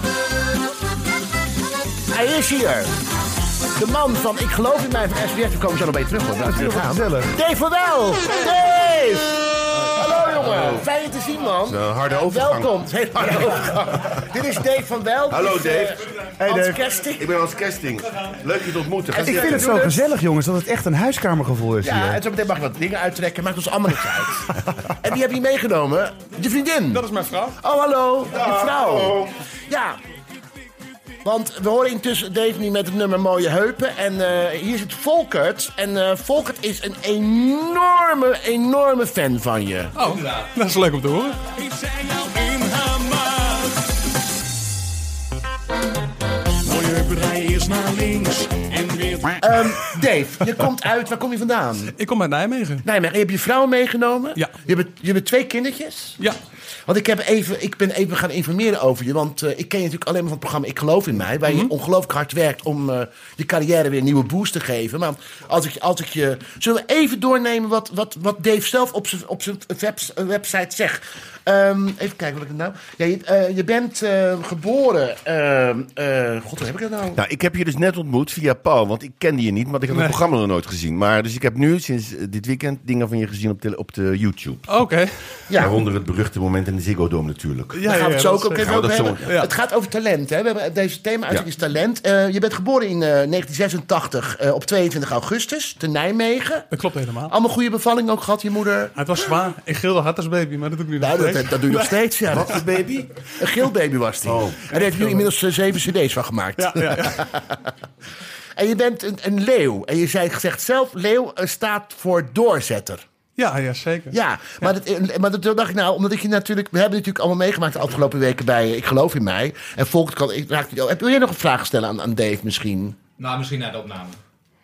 Hij is hier. De man van Ik geloof in mij van SBS. We komen zo nog bij je terug, hoor. Dave van Wel! Dave! Hallo, jongen. Fijn je te zien, man. Een harde overgang. Welkom. Heel harde overgang. Dit is Dave van Wel. Hallo, Dave. Hey, Hans Kesting. Ik ben Hans Kesting. Leuk je te ontmoeten. Ik vind het zo gezellig, jongens, dat het echt een huiskamergevoel is. Ja, en zo meteen mag je wat dingen uittrekken. Maakt ons allemaal niks uit. En wie heb je meegenomen? Je vriendin. Dat is mijn vrouw. Oh, hallo. Je vrouw. Ja. Want we horen intussen Dave nu met het nummer Mooie Heupen. En hier zit Volkert. En Volkert is een enorme fan van je. Oh, dat is leuk om te horen. Ik zei nou in haar maag. Mooie heupen rijden eerst naar links en weer... Dave, je komt uit. Waar kom je vandaan? Ik kom uit Nijmegen. Nijmegen. En je hebt je vrouw meegenomen? Ja. Je hebt 2 kindertjes? Ja. Want ik ben even gaan informeren over je. Want ik ken je natuurlijk alleen maar van het programma Ik geloof in mij. Waar je ongelooflijk hard werkt om je carrière weer een nieuwe boost te geven. Maar als ik je... Zullen we even doornemen wat Dave zelf op zijn website zegt. Even kijken wat ik nou... Ja, je bent geboren... God, hoe heb ik dat nou? Nou, ik heb je dus net ontmoet via Paul. Want ik kende je niet, want ik heb het programma nog nooit gezien. Maar dus ik heb nu sinds dit weekend dingen van je gezien op de YouTube. Oké. Ja. Waaronder het beruchte moment in de Ziggo Dome natuurlijk. Ja, daar gaan we het zo ook even over hebben. Ja. Het gaat over talent. Hè? We hebben deze thema is talent. Je bent geboren in 1986 op 22 augustus te Nijmegen. Dat klopt helemaal. Allemaal goede bevalling ook gehad, je moeder? Het was zwaar. Ik gilde hard als baby, maar dat doe ik nu nog steeds. Dat doe je nog steeds, ja. Wat voor baby? Een geelbaby was die. Oh. En daar heeft nu inmiddels 7 cd's van gemaakt. Ja. En je bent een leeuw. En je zegt zelf, leeuw staat voor doorzetter. Ja, zeker. Ja, maar dat dacht ik nou, omdat ik je natuurlijk... We hebben natuurlijk allemaal meegemaakt de afgelopen weken bij Ik geloof in mij. En Volkert wil jij nog een vraag stellen aan Dave misschien? Nou, misschien na de opname.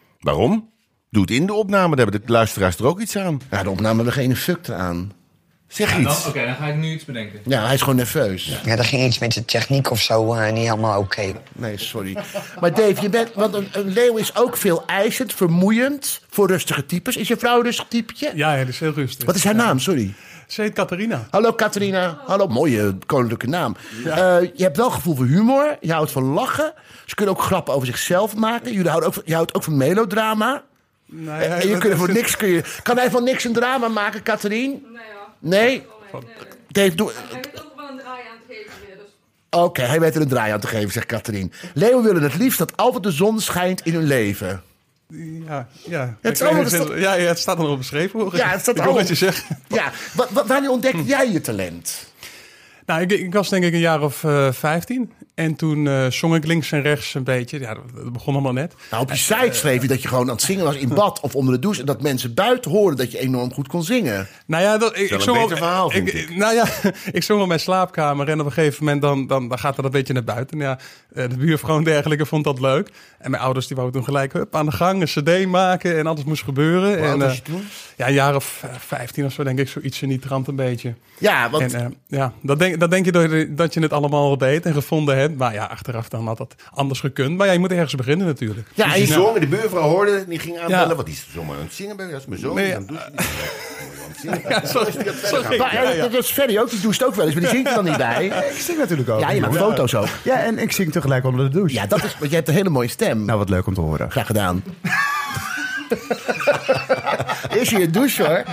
Waarom? Doe het in de opname, daar hebben de luisteraars er ook iets aan. Ja, de opname hebben we geen fuck aan. Zeg iets. Oké, dan ga ik nu iets bedenken. Ja, hij is gewoon nerveus. Ja, er ging iets met de techniek of zo niet helemaal oké. Nee, sorry. Maar Dave, want een leeuw is ook veel eisend, vermoeiend voor rustige types. Is je vrouw een rustig typetje? Ja, dat is heel rustig. Wat is haar naam? Sorry. Ze heet Catharina. Hallo Catharina. Hallo, mooie koninklijke naam. Ja. Je hebt wel gevoel voor humor. Je houdt van lachen. Ze kunnen ook grappen over zichzelf maken. Je houdt ook van melodrama. Nee, En je kunt voor niks... Kan hij van niks een drama maken, Catharine? Nee? Dave, doe... Hij weet ook wel een draai aan te geven weer. Dus... Oké, hij weet er een draai aan te geven, zegt Catharine. Leeuwen willen het liefst dat altijd de zon schijnt in hun leven. Ja. Het staat dan op beschreven. Hoor. Ja, het staat al. Wat je zegt. Ja, wanneer ontdekte jij je talent? Nou, ik was denk ik een jaar of 15. En toen zong ik links en rechts een beetje. Ja, dat begon allemaal net. Nou, op je site schreef je dat je gewoon aan het zingen was in bad of onder de douche. En dat mensen buiten hoorden dat je enorm goed kon zingen. Nou ja, ik zong een beter verhaal, vind ik. Nou ja, ik zong op mijn slaapkamer. En op een gegeven moment dan gaat dat een beetje naar buiten. En ja, de buurvrouw en dergelijke vond dat leuk. En mijn ouders die wouden toen gelijk aan de gang een cd maken. En alles moest gebeuren. Hoe oud was je toen? Ja, een jaar of 15 of zo, denk ik. Zoiets in die trant een beetje. Ja, want... En, dat denk je dat je het allemaal weet en gevonden hebt. Maar ja, achteraf dan had dat anders gekund. Maar ja, je moet ergens beginnen natuurlijk. Ja, en je zong en de buurvrouw hoorde, die ging aanbellen. Ja. Wat is er zomaar aan het zingen? Dat is mijn zoon. Nee, Dan doet hij niet. Ja, sorry. Dat is Ferry ook, die doucht ook wel eens, maar die zingt er dan niet bij. Ik zing natuurlijk ook. Ja, je maakt foto's ook. Ja, en ik zing tegelijk onder de douche. Ja, dat is, want je hebt een hele mooie stem. Nou, wat leuk om te horen. Graag gedaan. Eerst in je douche, hoor.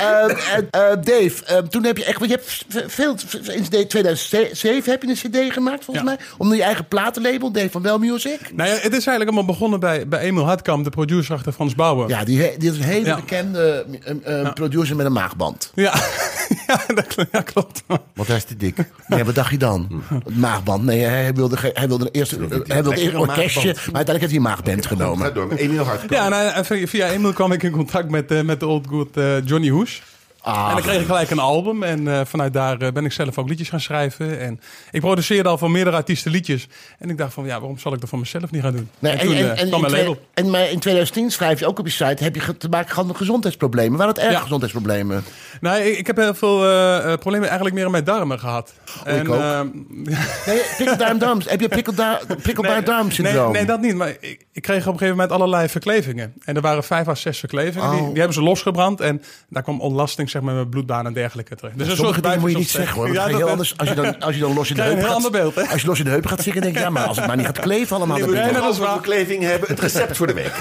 Dave, toen heb je echt... Want je hebt veel... In 2007 heb je een cd gemaakt, volgens mij. Onder je eigen platenlabel, Dave van Well Music. Nou ja, het is eigenlijk allemaal begonnen bij Emil Hartkamp, de producer achter Frans Bauer. Ja, die is een hele bekende producer met een maagband. Ja, dat klopt. Want hij is te dik. Nee, wat dacht je dan? Maagband. Nee, hij wilde eerst een orkestje, maar uiteindelijk heeft hij een maagband genomen. Ga door, Emil Hartkamp. Ja, nou, via Emil kwam ik in contact met de old good Johnny Hoes. En dan kreeg ik gelijk een album. En vanuit daar ben ik zelf ook liedjes gaan schrijven. En ik produceerde al voor meerdere artiesten liedjes. En ik dacht van, waarom zal ik dat voor mezelf niet gaan doen? Nee, en toen kwam mijn label. Maar in 2010 schrijf je ook op je site... heb je te maken gehad met gezondheidsproblemen. Waren het erg gezondheidsproblemen? Nou, ik heb heel veel problemen eigenlijk meer in mijn darmen gehad. Ik ook. Nee, prikkelbaar heb je prikkelbaar darmsyndroom? Nee, dat niet. Maar ik kreeg op een gegeven moment allerlei verklevingen. En er waren 5 à 6 verklevingen. Die hebben ze losgebrand. En daar kwam ontlasting zeg maar, met bloedbaan en dergelijke terecht. Dus sommige dingen moet je niet zeggen, hoor. Heel anders, als je dan los in de heup gaat... beeld, hè? Als je los in de heup gaat zingen, denk je... ja, maar als het maar niet gaat kleven allemaal... Nee, maar als we verkleving hebben, het recept voor de week.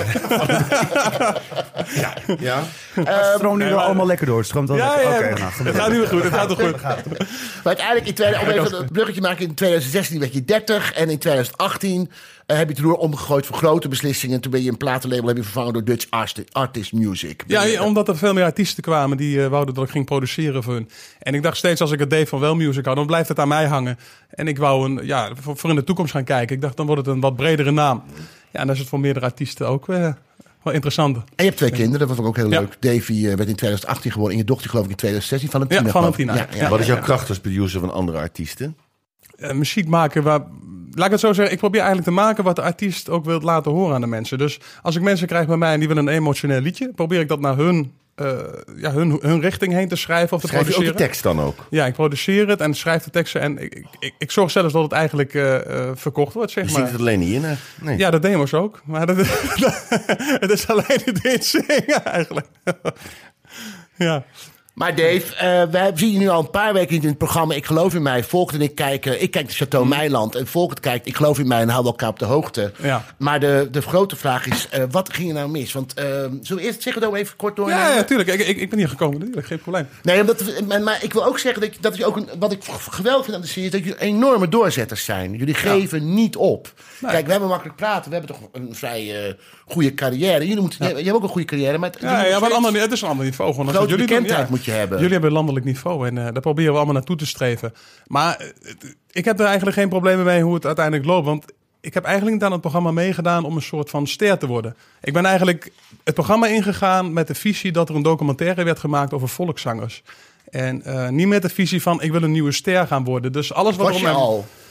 Ja. Het stroomt nu wel allemaal lekker door. Het stroomt wel lekker. Oké, het gaat nu weer goed. Het gaat toch goed. Maar uiteindelijk, om even een bruggetje maken... in 2016 werd je 30 en in 2018... heb je het roer omgegooid voor grote beslissingen. Toen ben je een platenlabel heb je vervangen door Dutch Artist Music. Ja, omdat er veel meer artiesten kwamen die wouden dat ik ging produceren voor hun. En ik dacht steeds als ik het Dave van Well Music had, dan blijft het aan mij hangen. En ik wou voor in de toekomst gaan kijken. Ik dacht dan wordt het een wat bredere naam. Ja, en dat is het voor meerdere artiesten ook wel interessanter. En je hebt 2 kinderen, dat vond ik ook heel leuk. Davy werd in 2018 geboren en je dochter geloof ik in 2016. Valentina. Ja, Valentina. Ja. Wat is jouw kracht als producer van andere artiesten? Muziek maken laat ik het zo zeggen, ik probeer eigenlijk te maken wat de artiest ook wil laten horen aan de mensen. Dus als ik mensen krijg bij mij en die willen een emotioneel liedje, probeer ik dat naar hun richting heen te schrijven of te produceren. Schrijf je ook de tekst dan ook? Ja, ik produceer het en schrijf de teksten en ik zorg zelfs dat het eigenlijk verkocht wordt, zeg maar. Je zingt het alleen niet in, hè? Nee. Ja, de demo's ook. Maar het is alleen het zingen eigenlijk. Ja. Maar Dave, wij zien je nu al een paar weken in het programma Ik Geloof in Mij. Volkert en ik kijken. Ik kijk de Chateau Meiland. En Volkert kijkt Ik Geloof in Mij en houden elkaar op de hoogte. Ja. Maar de grote vraag is, wat ging er nou mis? Want zullen we eerst Ziggo even kort door? Ja, tuurlijk. Ik ben hier gekomen natuurlijk. Geen probleem. Nee, maar ik wil ook zeggen dat je ook wat ik geweldig vind aan de serie is dat jullie enorme doorzetters zijn. Jullie geven niet op. Nee. Kijk, we hebben makkelijk praten. We hebben toch een vrij goede carrière. Je hebt ook een goede carrière. Maar het is een ander niveau. Gewoon grote bekendheid moet je hebben. Jullie hebben een landelijk niveau en daar proberen we allemaal naartoe te streven. Maar ik heb er eigenlijk geen problemen mee hoe het uiteindelijk loopt. Want ik heb eigenlijk niet aan het programma meegedaan om een soort van ster te worden. Ik ben eigenlijk het programma ingegaan met de visie dat er een documentaire werd gemaakt over volkszangers. En niet met de visie van ik wil een nieuwe ster gaan worden. Dus alles wat was je al?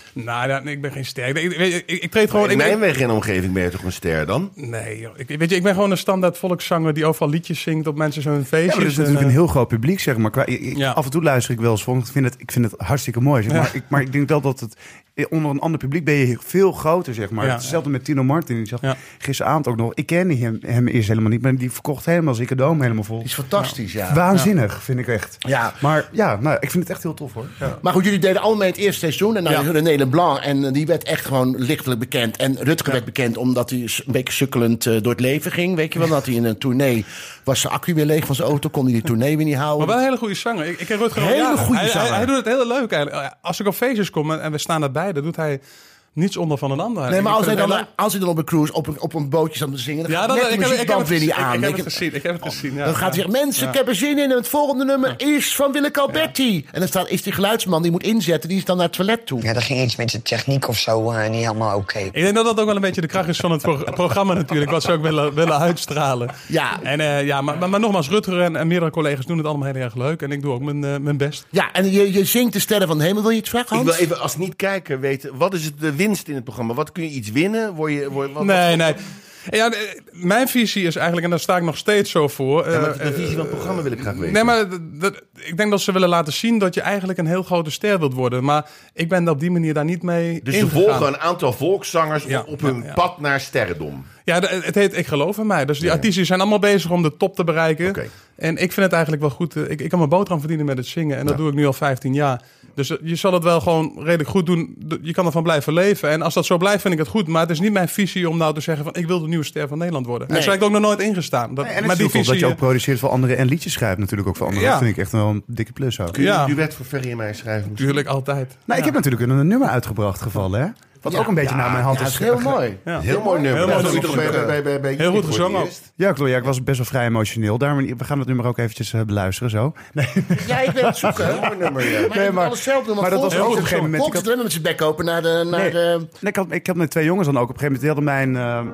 Nou, ja, nee, ik ben geen ster. Ik treed gewoon... In Nijmegen en omgeving ben je toch een ster dan? Nee, joh. Ik ben gewoon een standaard volkszanger die overal liedjes zingt op mensen zo'n feestjes. Ja, maar dat is natuurlijk een heel groot publiek, zeg maar. Af en toe luister ik wel eens voor. Ik vind het hartstikke mooi. Zeg maar. Maar ik denk wel dat het... Onder een ander publiek ben je veel groter, zeg maar. Ja. Hetzelfde met Tino Martin. Die zag gisteravond ook nog... Ik kende hem eerst helemaal niet, maar die verkocht helemaal Zikkerdoom helemaal vol. Die is fantastisch, ja. Waanzinnig, vind ik echt. Ja. Maar ja, nou, ik vind het echt heel tof, hoor. Ja. Maar goed, jullie deden allemaal mee het eerste seizoen. En dan René Leblanc. En die werd echt gewoon lichtelijk bekend. En Rutger werd bekend omdat hij een beetje sukkelend door het leven ging. Weet je wel, dat hij in een tournee... was zijn accu weer leeg van zijn auto. Kon hij die tournee weer niet houden. Maar wel een hele goede zanger. Ik ken Rutger al hele jaren. goede zanger. Hij doet het heel leuk eigenlijk. Als ik op feestjes kom en we staan erbij... dan doet hij niets onder van een ander. Nee, maar als hij dan op een cruise op een bootje staat te zingen... dan gaat net de muziekband weer niet aan. Ik heb het gezien. Ja. Dan gaat hij zeggen, mensen, ik heb er zin in. En het volgende nummer is van Willeke Alberti. En dan is die geluidsman, die moet inzetten... die is dan naar het toilet toe. Ja, dat ging iets met de techniek of zo niet helemaal oké. Ik denk dat dat ook wel een beetje de kracht is van het programma natuurlijk. Wat ze ook willen uitstralen. Ja. En, maar nogmaals, Rutger en meerdere collega's doen het allemaal heel erg leuk. En ik doe ook mijn best. Ja, en je zingt de sterren van de hemel. Wil je het vragen, Hans? Ik wil even als niet-kijker weten... wat is de winst in het programma? Wat kun je iets winnen? Nee. Ja, mijn visie is eigenlijk, en daar sta ik nog steeds zo voor... de visie van het programma wil ik graag weten. Nee, maar ik denk dat ze willen laten zien dat je eigenlijk een heel grote ster wilt worden. Maar ik ben op die manier daar niet mee Dus ze volgen een aantal volkszangers op hun pad naar sterrendom. Ja, het heet Ik Geloof in Mij. Dus die artiesten zijn allemaal bezig om de top te bereiken. Okay. En ik vind het eigenlijk wel goed. Ik kan mijn boterham verdienen met het zingen. En dat doe ik nu al 15 jaar. Dus je zal het wel gewoon redelijk goed doen. Je kan ervan blijven leven. En als dat zo blijft, vind ik het goed. Maar het is niet mijn visie om nou te zeggen van... ik wil de nieuwe ster van Nederland worden. Nee. Daar heb ik ook nog nooit ingestaan. Maar die visie, dat je ook produceert voor anderen en liedjes schrijft natuurlijk ook voor anderen. Dat vind ik echt wel een dikke plus ook. Kun je een duet voor Ferry en mij schrijven? Tuurlijk, altijd. Nou, ik heb natuurlijk een nummer uitgebracht gevallen, hè? Wat ook een beetje naar mijn hand is. Ja, heel mooi. Ja. Heel mooi nummer. Heel goed gezongen ook. Ja, klopt. Ja, ik was best wel vrij emotioneel. Daarom, we gaan het nummer ook eventjes beluisteren zo. Nee. Ja, ik ben het zoeken. Heel mooi nummer, ja. Maar alles zelf doen. Maar dat was ook op een gegeven moment... Ik had met zijn bek open naar de... Ik had met 2 jongens dan ook op een gegeven moment... die hadden mijn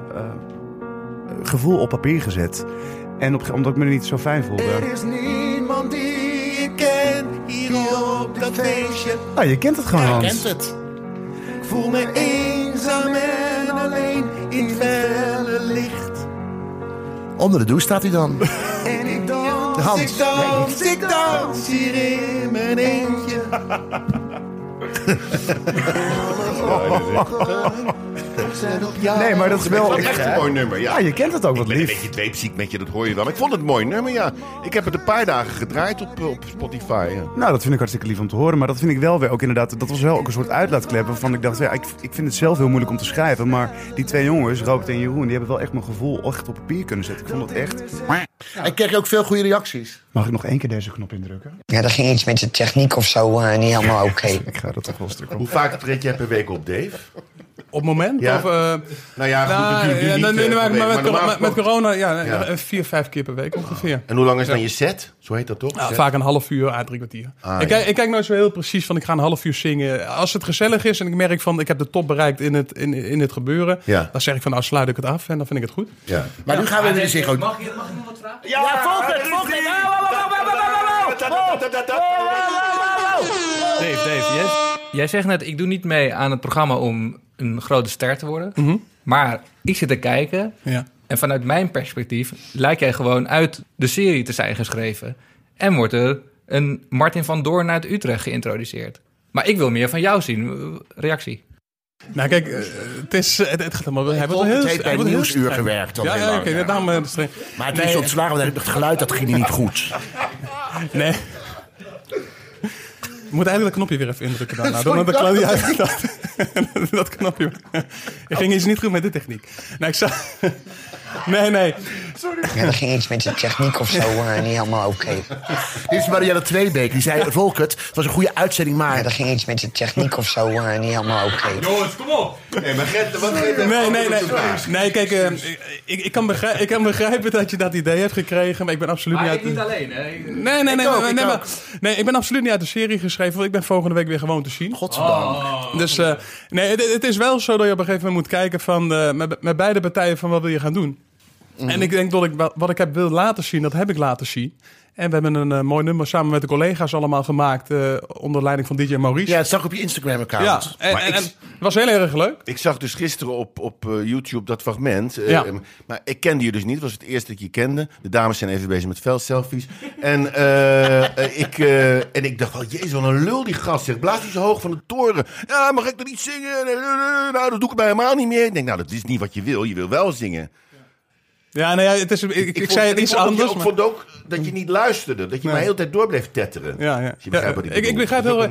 gevoel op papier gezet. En omdat ik me niet zo fijn voelde. Er is niemand die ik ken hier op dat feestje. Ah, je kent het gewoon, Hans. Ja, je kent het. Ik voel me eenzaam en alleen in het felle licht. Onder de douche staat hij dan. En ik dans hier in mijn eentje. Nee, maar dat is wel echt een mooi nummer. Ja, je kent het ook wat lief. Ik ben een beetje dweepziek met je, dat hoor je wel. Maar ik vond het een mooi nummer, ja. Ik heb het een paar dagen gedraaid op Spotify. Ja. Nou, dat vind ik hartstikke lief om te horen. Maar dat vind ik wel weer ook inderdaad... Dat was wel ook een soort uitlaatklep waarvan ik dacht... Ja, ik vind het zelf heel moeilijk om te schrijven. Maar die 2 jongens, Robert en Jeroen... die hebben wel echt mijn gevoel echt op papier kunnen zetten. Ik vond het echt... En kreeg je ook veel goede reacties. Mag ik nog 1 keer deze knop indrukken? Ja, dat ging iets met de techniek of zo niet helemaal oké. Ik ga dat toch wel een stuk op. Hoe vaak treed jij per week op, Dave? Op het moment? Ja. Of, nou ja, goed, natuurlijk niet. Met corona, 4-5 keer per week ongeveer. En hoe lang is dan je set? Zo heet dat toch? Vaak een half uur, 3 kwartier. Ik kijk nooit zo heel precies van, ik ga een half uur zingen. Als het gezellig is en ik merk van, ik heb de top bereikt in het gebeuren. Ja. Dan zeg ik van, nou sluit ik het af en dan vind ik het goed. Ja. Maar nu gaan we weer zeggen... Mag je nog wat vragen? Ja, volg het! Dave, jij zegt net, ik doe niet mee aan het programma om een grote ster te worden. Mm-hmm. Maar ik zit te kijken en vanuit mijn perspectief lijkt jij gewoon uit de serie te zijn geschreven. En wordt er een Martin van Doorn uit Utrecht geïntroduceerd. Maar ik wil meer van jou zien. Reactie. Nou kijk, het gaat helemaal... Hij heeft bij Nieuwsuur gewerkt. Ja, oké, daarom... Maar het is ontslagen, want het geluid dat ging niet goed. Nee. Je moet eigenlijk dat knopje weer even indrukken dan. Dat knopje. Er ging iets niet goed met de techniek. Nou, ik zag... Nee. Sorry. Ja, dat ging iets met de techniek of zo niet helemaal oké. Dit is Marielle Tweebeek. Die zei, Volkert, het was een goede uitzending, maar... Ja, dat ging iets met de techniek of zo niet helemaal oké. Jongens, kom op! Nee, maar Gert, wat geeft er? Nee, kijk, ik kan begrijpen dat je dat idee hebt gekregen, maar ik ben absoluut maar niet uit... niet alleen, hè? Nee, ik ben absoluut niet uit de serie geschreven, want ik ben volgende week weer gewoon te zien. Godzijdank. Dus het is wel zo dat je op een gegeven moment moet kijken van met beide partijen van wat wil je gaan doen. En ik denk dat wat ik heb wil laten zien, dat heb ik laten zien. En we hebben een mooi nummer samen met de collega's allemaal gemaakt. Onder leiding van DJ Maurice. Ja, het zag op je Instagram-account. Ja, en het was heel erg leuk. Ik zag dus gisteren op YouTube dat fragment. Maar ik kende je dus niet. Het was het eerste dat ik je kende. De dames zijn even bezig met veldselfies. En ik dacht, jezus, wat een lul die gast. Zeg, blaas niet zo hoog van de toren. Ja, mag ik er niet zingen? Nou, dat doe ik bij helemaal niet meer. Ik denk, dat is niet wat je wil. Je wil wel zingen. Ja, nou ja, het is, ik zei het iets anders. Ik vond ook dat je niet luisterde. Dat je maar de hele tijd door bleef tetteren. Ja. Dus je begrijpt wat ik begrijp heel...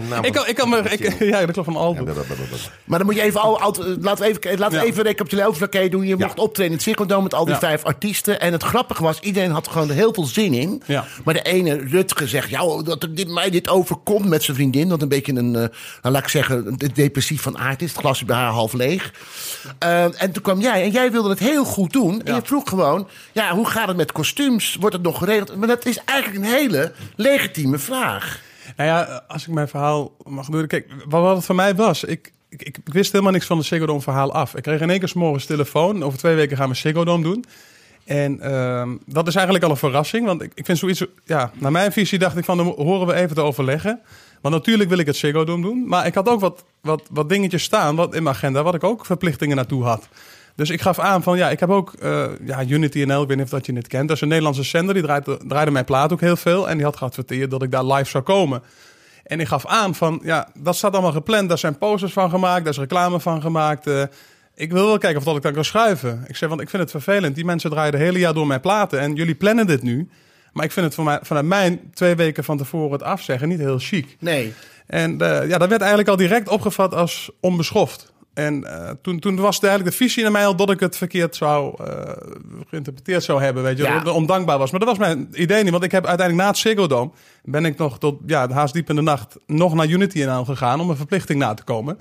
Ja, dat klopt van Aldo. Maar dan moet je even... Laten we even recapituleren over wat je doen. Je mocht optreden in het Ziggo Dome met al die 5 artiesten. En het grappige was, iedereen had gewoon er heel veel zin in. Ja. Maar de ene, Rutger, zegt... dat mij dit overkomt met zijn vriendin. Dat een beetje een, laat ik zeggen, depressief van aard is. Het glas is bij haar half leeg. En toen kwam jij. En jij wilde het heel goed doen. En je vroeg gewoon... hoe gaat het met kostuums? Wordt het nog geregeld? Maar dat is eigenlijk een hele legitieme vraag. Nou ja, als ik mijn verhaal mag doen. Kijk, wat het voor mij was. Ik wist helemaal niks van de Ziggo Dome verhaal af. Ik kreeg in één keer 's morgens telefoon. Over 2 weken gaan we Ziggo Dome doen. En dat is eigenlijk al een verrassing. Want ik vind zoiets... Ja, naar mijn visie dacht ik van... dan horen we even te overleggen. Want natuurlijk wil ik het Ziggo Dome doen. Maar ik had ook wat dingetjes staan in mijn agenda... wat ik ook verplichtingen naartoe had. Dus ik gaf aan van, ik heb ook Unity NL, ik weet niet of dat je het kent. Dat is een Nederlandse zender, die draaide mijn plaat ook heel veel. En die had geadverteerd dat ik daar live zou komen. En ik gaf aan van, dat staat allemaal gepland. Daar zijn posters van gemaakt, daar is reclame van gemaakt. Ik wil wel kijken of dat ik dan kan schuiven. Ik zei, want ik vind het vervelend. Die mensen draaien het hele jaar door mijn platen. En jullie plannen dit nu. Maar ik vind het vanuit mijn 2 weken van tevoren het afzeggen niet heel chic. Nee. En dat werd eigenlijk al direct opgevat als onbeschoft. En toen was het eigenlijk de visie naar mij al dat ik het verkeerd geïnterpreteerd zou hebben, weet je, dat het ondankbaar was. Maar dat was mijn idee niet, want ik heb uiteindelijk na het Ziggo Dome ben ik nog tot haast diep in de nacht nog naar Unity NL gegaan om een verplichting na te komen.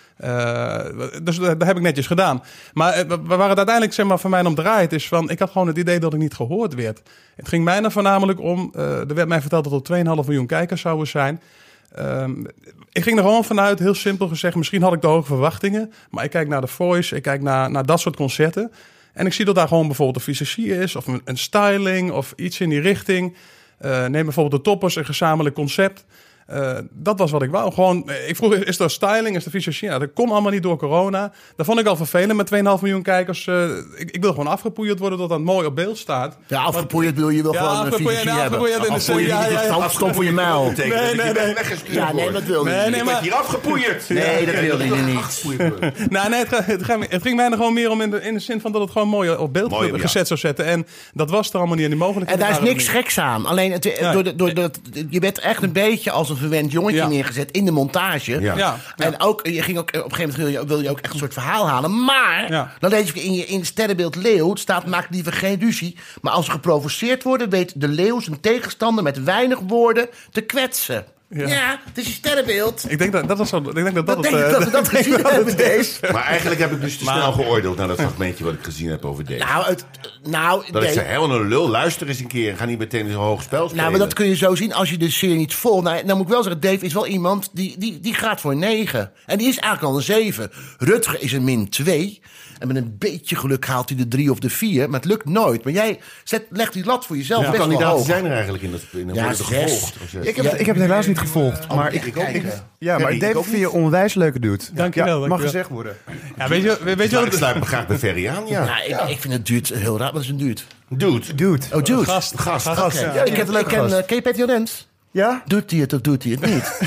Dus dat heb ik netjes gedaan. Maar waar het uiteindelijk voor mij om draait is van, ik had gewoon het idee dat ik niet gehoord werd. Het ging mij voornamelijk om, er werd mij verteld dat er 2,5 miljoen kijkers zouden zijn. Ik ging er gewoon vanuit, heel simpel gezegd, misschien had ik de hoge verwachtingen, maar ik kijk naar The Voice, ik kijk naar dat soort concerten en ik zie dat daar gewoon bijvoorbeeld een visagie is of een styling of iets in die richting. Neem bijvoorbeeld de Toppers, een gezamenlijk concept. Dat was wat ik wou. Gewoon, ik vroeg, is er styling, is er visagie? Dat kon allemaal niet door corona. Dat vond ik al vervelend met 2,5 miljoen kijkers. Ik wil gewoon afgepoeierd worden tot dat mooi op beeld staat. Ja, afgepoeierd wil je wel gewoon een visagie hebben. Afgepoeierd stom voor je muil. Nee. Ja, nee, dat wilde je niet. Ik werd hier afgepoeierd. Nee, dat wilde je niet. Het ging mij er gewoon meer om in de zin van dat het gewoon mooi op beeld gezet zou zetten. En dat was er allemaal niet in die mogelijkheden. En daar is niks geks aan. Alleen, je bent echt een beetje als een verwend jongetje neergezet in de montage. Ja. En ook, je ging ook op een gegeven moment wil je ook echt een soort verhaal halen. Maar dan lees ik in het sterrenbeeld Leeuw, het staat, maak liever geen ruzie. Maar als er geprovoceerd wordt, weet de leeuw zijn tegenstander met weinig woorden te kwetsen. Ja, het is je sterrenbeeld. Ik denk dat dat gezien hebben, Dave. Maar eigenlijk heb ik dus te snel geoordeeld naar dat fragmentje wat ik gezien heb over Dave. Dat ik zei, helemaal een lul, luister eens een keer en ga niet meteen zo'n hoog spel spelen. Nou, maar dat kun je zo zien als je de serie niet volgt. Nou moet ik wel zeggen, Dave is wel iemand die gaat voor 9. En die is eigenlijk al een 7. Rutger is een -2. En met een beetje geluk haalt hij de 3 of de 4. Maar het lukt nooit. Maar jij legt die lat voor jezelf best wel hoog. Kandidaten zijn er eigenlijk in dat gevolgd. Ik heb het helaas niet gevolgd. Maar maar Dave vind je onwijs leuke dude. Dankjewel. Mag gezegd worden. Ja, weet je wat? Ik sluit me graag bij Ferry aan. Ja, ik vind het dude heel raar. Wat is een dude? Dude. Oh, dude. Gast. Okay. Ja, ik heb het leuk. Ken je Peter Rens? Ja? Doet hij het of doet hij het niet?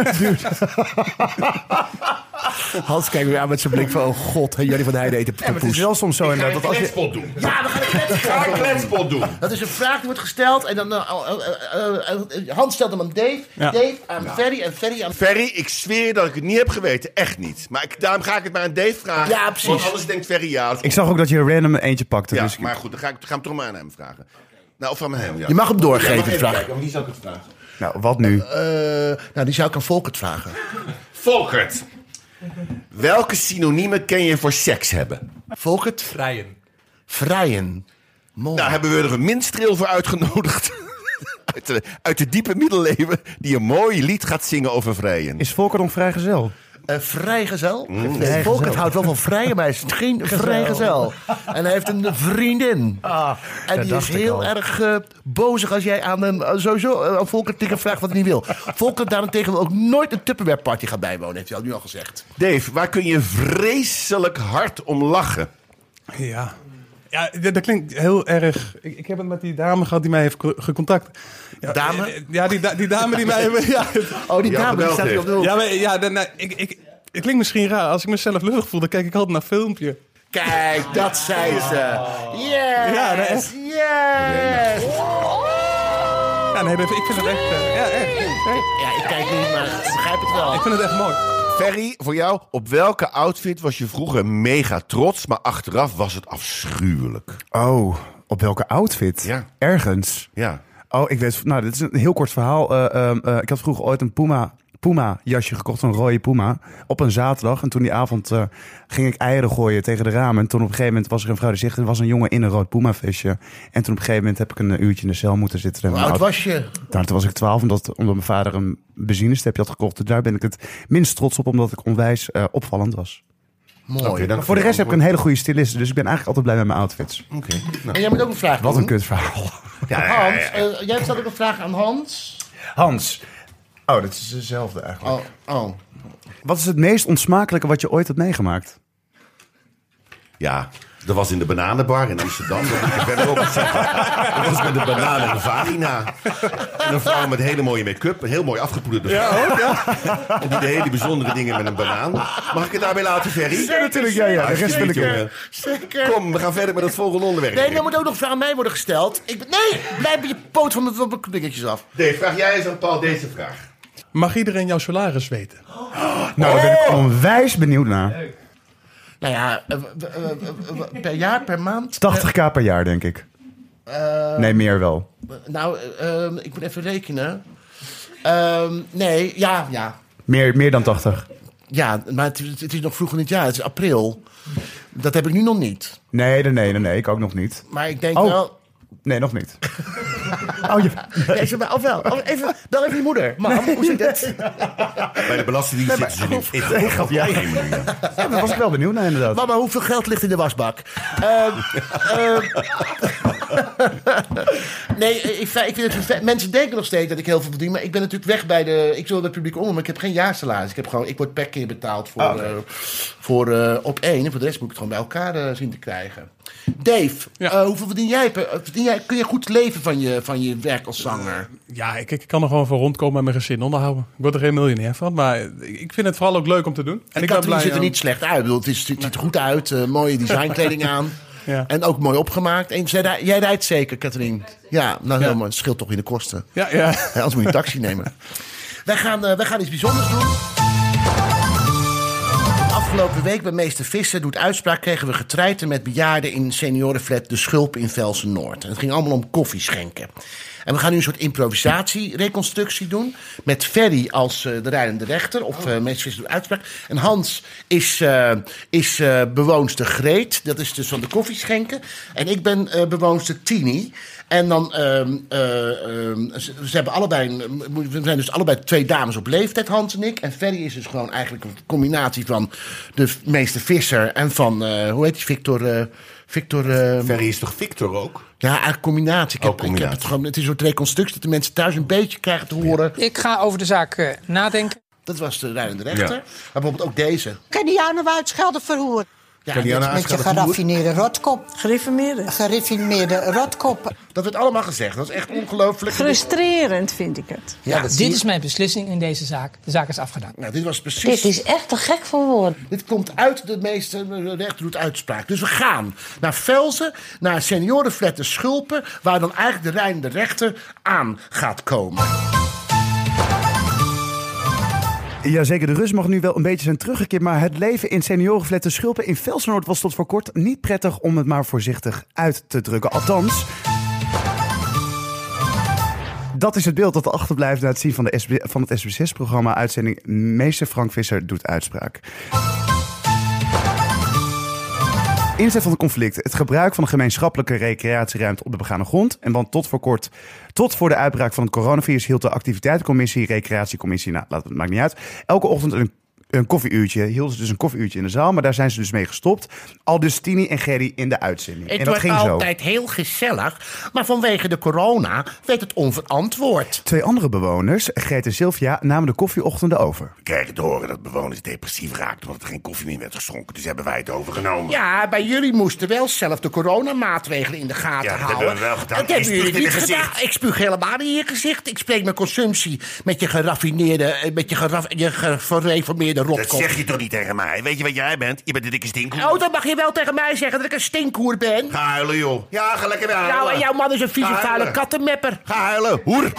Hans kijkt weer aan met zijn blik van, oh god, Jannie van Heijden eet een poes. Het is wel soms zo inderdaad. Dat als je doen. Ja, we gaan een kletspot doen. Dat is een vraag die wordt gesteld en dan Hans stelt hem aan Dave. Ja. Dave aan Ferry en Ferry aan... Ferry, ik zweer dat ik het niet heb geweten. Echt niet. Maar daarom ga ik het maar aan Dave vragen. Ja, precies. Want anders denkt Ferry ja. Ik zag ook dat je random eentje pakte. Ja, dus maar goed, dan ga ik hem toch maar aan hem vragen. Nou, of aan hem, ja. Je mag hem doorgeven, de vraag. Wie zou ik het vragen? Nou, wat nu? Die zou ik aan Volkert vragen. Volkert. Welke synoniemen ken je voor seks hebben? Volkert? Vrijen. Mooi. Nou, hebben we er een minstreel voor uitgenodigd. uit de diepe middeleeuwen. Die een mooi lied gaat zingen over vrijen. Is Volkert nog vrijgezel? Vrijgezel. Volkert houdt wel van vrij, maar hij is geen vrijgezel. En hij heeft een vriendin. En die is heel erg bozig als jij aan hem sowieso aan Volkert tegen vraagt wat hij niet wil. Volkert daarentegen wil ook nooit een Tupperware party gaan bijwonen, heeft hij al nu al gezegd. Dave, waar kun je vreselijk hard om lachen? Ja, dat klinkt heel erg... Ik heb het met die dame gehad die mij heeft gecontact. Ja, dame? Ja, die dame die mij... Ja. Oh, die dame, die staat hier op de hoek. Het klinkt misschien raar. Als ik mezelf lullig voel, dan kijk ik altijd naar een filmpje. Kijk, dat zei ze. Yes, Ja, nee, echt. yes. Ja, nee, ik vind het echt... Ja, ik kijk niet, maar ik begrijp het wel. Ik vind het echt mooi. Ferry, voor jou, op welke outfit was je vroeger mega trots, maar achteraf was het afschuwelijk? Oh, op welke outfit? Ja. Ergens. Ja. Oh, ik weet... Nou, dit is een heel kort verhaal. Ik had vroeger ooit een Puma jasje gekocht, een rode Puma, op een zaterdag. En toen die avond ging ik eieren gooien tegen de ramen. En toen op een gegeven moment was er een vrouw die zegt, er was een jongen in een rood Puma vestje. En toen op een gegeven moment heb ik een uurtje in de cel moeten zitten. Hoe oud was je? Toen was ik 12, omdat mijn vader een benzinestepje had gekocht. Dus daar ben ik het minst trots op, omdat ik onwijs opvallend was. Mooi. Maar voor de rest heb ik een hele goede stylist, dus ik ben eigenlijk altijd blij met mijn outfits. Oké. Nou. En jij moet ook een vraag doen. Wat een kutverhaal. Hans, jij stelt ook een vraag aan Hans. Hans. Oh, dat is dezelfde eigenlijk. Oh. Wat is het meest onsmakelijke wat je ooit hebt meegemaakt? Ja, dat was in de bananenbar in Amsterdam. Dat moet je verder ook niet zeggen. Dat was met de banaan en de vagina. En een vrouw met hele mooie make-up. Een heel mooi afgepoederde vrouw. Ja, ook, ja. En die deed hele bijzondere dingen met een banaan. Mag ik het daarbij laten, Ferry? Ja, natuurlijk. Ja. De rest wil ik Zeker. Zeker. Kom, we gaan verder met het volgende onderwerp. Nee, er moet ook nog een vraag aan mij worden gesteld. Nee, blijf je poot van de dingetjes af. Dave, vraag jij eens aan Paul deze vraag. Mag iedereen jouw salaris weten? Nou, daar ben ik onwijs benieuwd naar. Nou ja, per jaar, per maand. 80k per jaar, denk ik. Nee, meer wel. Nou, ik moet even rekenen. Nee, ja. Meer dan 80. Ja, maar het is nog vroeg in het jaar. Het is april. Dat heb ik nu nog niet. Nee, ik ook nog niet. Maar ik denk Oh. wel... Nee, nog niet. Oh, je... Nee, zeg maar, of wel. Bel even je moeder. Mam, hoe zit het? Bij de Belastingdienst zitten ze nu. Ja, daar was ik wel benieuwd naar, inderdaad. Mama, hoeveel geld ligt in de wasbak? Nee, ik vind het... Mensen denken nog steeds dat ik heel veel verdien. Maar ik ben natuurlijk weg bij de... Ik zul bij publiek om, maar ik heb geen jaarsalaris. Ik word per keer betaald voor op één. En voor de rest moet ik het gewoon bij elkaar zien te krijgen. Dave, hoeveel verdien jij? Kun je goed leven van je werk als zanger? Ja, ik kan er gewoon voor rondkomen en mijn gezin onderhouden. Ik word er geen miljonair van, maar ik vind het vooral ook leuk om te doen. En Katrien ziet er niet slecht uit. Ik bedoel, het ziet er goed uit. Mooie designkleding aan. Ja. En ook mooi opgemaakt. En jij rijdt zeker, Katrien. Ja, nou helemaal. Het scheelt toch in de kosten. Ja. Anders moet je een taxi nemen. Wij gaan iets bijzonders doen. Afgelopen week bij Meester Visser doet uitspraak kregen we getreiten met bejaarden in seniorenflat De Schulp in Velsen-Noord. En het ging allemaal om koffie schenken. En we gaan nu een soort improvisatie-reconstructie doen. Met Ferry als de rijdende rechter. Of Meester Visser doet uitspraak. En Hans is bewoonster Greet. Dat is dus van de koffie schenken. En ik ben bewoonster Tini. En dan, we zijn dus allebei twee dames op leeftijd, Hans en ik. En Ferry is dus gewoon eigenlijk een combinatie van de Meester Visser en van, hoe heet die, Victor... Ferry is toch Victor ook? Ja, eigenlijk combinatie. Ik heb het gewoon, het is een soort reconstructie dat de mensen thuis een beetje krijgen te horen. Ik ga over de zaak nadenken. Dat was de rijdende rechter. Ja. Maar bijvoorbeeld ook deze. Kan die jou nou uitschelden voor hoer? Ja, met je geraffineerde rotkop. Geraffineerde rotkop. Dat werd allemaal gezegd. Dat is echt ongelooflijk. Frustrerend vind ik het. Ja, dit is mijn beslissing in deze zaak. De zaak is afgedaan. Nou, dit was precies... Dit is echt te gek voor woorden. Dit komt uit de meeste rechter doet uitspraak. Dus we gaan naar Velzen, naar seniorenflat De Schulpen, waar dan eigenlijk de rijdende rechter aan gaat komen. Jazeker, de rust mag nu wel een beetje zijn teruggekeerd, maar het leven in seniorenflat De Schulpen in Velsen-Noord was tot voor kort niet prettig, om het maar voorzichtig uit te drukken. Althans, dat is het beeld dat achterblijft na het zien van het SBS-programma uitzending Meester Frank Visser doet uitspraak. Inzet van het conflict, het gebruik van een gemeenschappelijke recreatieruimte op de begane grond. En want tot voor de uitbraak van het coronavirus hield de activiteitencommissie, recreatiecommissie, nou, maakt niet uit, elke ochtend een koffieuurtje. Hielden ze dus een koffieuurtje in de zaal. Maar daar zijn ze dus mee gestopt. Al dus Tini en Gerry in de uitzending. Het en dat wordt ging altijd heel gezellig. Maar vanwege de corona werd het onverantwoord. 2 andere bewoners, Geert en Sylvia, namen de koffieochtenden over. We kregen te horen dat bewoners depressief raakten omdat er geen koffie meer werd geschonken. Dus hebben wij het overgenomen. Ja, bij jullie moesten wel zelf de coronamaatregelen in de gaten houden. Dat hebben we wel gedaan. Dat hebben jullie niet gezicht. gedaan. Ik spuug helemaal niet in je gezicht. Ik spreek mijn consumptie met je geraffineerde, je gereformeerde rotkop. Dat zeg je toch niet tegen mij? Weet je wat jij bent? Je bent een dikke stinkhoer. Oh, dan mag je wel tegen mij zeggen dat ik een stinkhoer ben. Ga huilen, joh. Ja, ga lekker weer huilen. Nou, en jouw man is een vieze, Ga vuile huilen. kattenmepper. Ga huilen, hoer.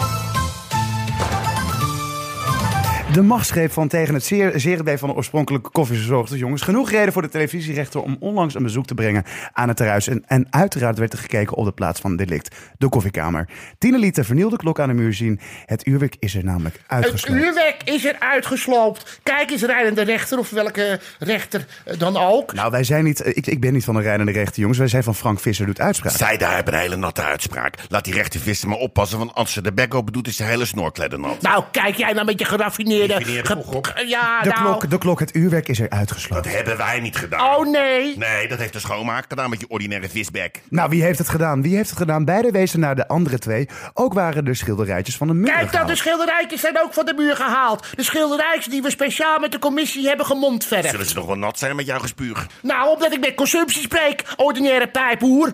De machtsgreep van tegen het zeerbeen van de oorspronkelijke koffie zorgde, jongens. Genoeg reden voor de televisierechter om onlangs een bezoek te brengen aan het terras. En uiteraard werd er gekeken op de plaats van delict, de koffiekamer. Tine liet de vernielde klok aan de muur zien. Het uurwerk is er namelijk Het uitgesloopt. uurwerk is er uitgesloopt. Kijk eens, rijdende rechter of welke rechter dan ook. Nou, wij zijn niet. Ik ben niet van een rijdende rechter, jongens. Wij zijn van Frank Visser doet uitspraak. Zij daar hebben een hele natte uitspraak. Laat die rechter vissen maar oppassen, want als ze de bek open doet, is de hele snorkledder nat. Nou, kijk jij nou met je geraffineerde... Ja, De klok, het uurwerk is er uitgesloopt. Dat hebben wij niet gedaan. Oh, nee. Nee, dat heeft de schoonmaker gedaan met je ordinaire visbek. Nou, wie heeft het gedaan? Wie heeft het gedaan? Beide wezen naar de andere 2. Ook waren de schilderijtjes van de muur Kijk dan, gehaald. de schilderijtjes zijn ook van de muur gehaald. De schilderijtjes die we speciaal met de commissie hebben gemondverfd. Zullen ze nog wel nat zijn met jouw gespuug? Nou, omdat ik met consumptie spreek, ordinaire pijphoer.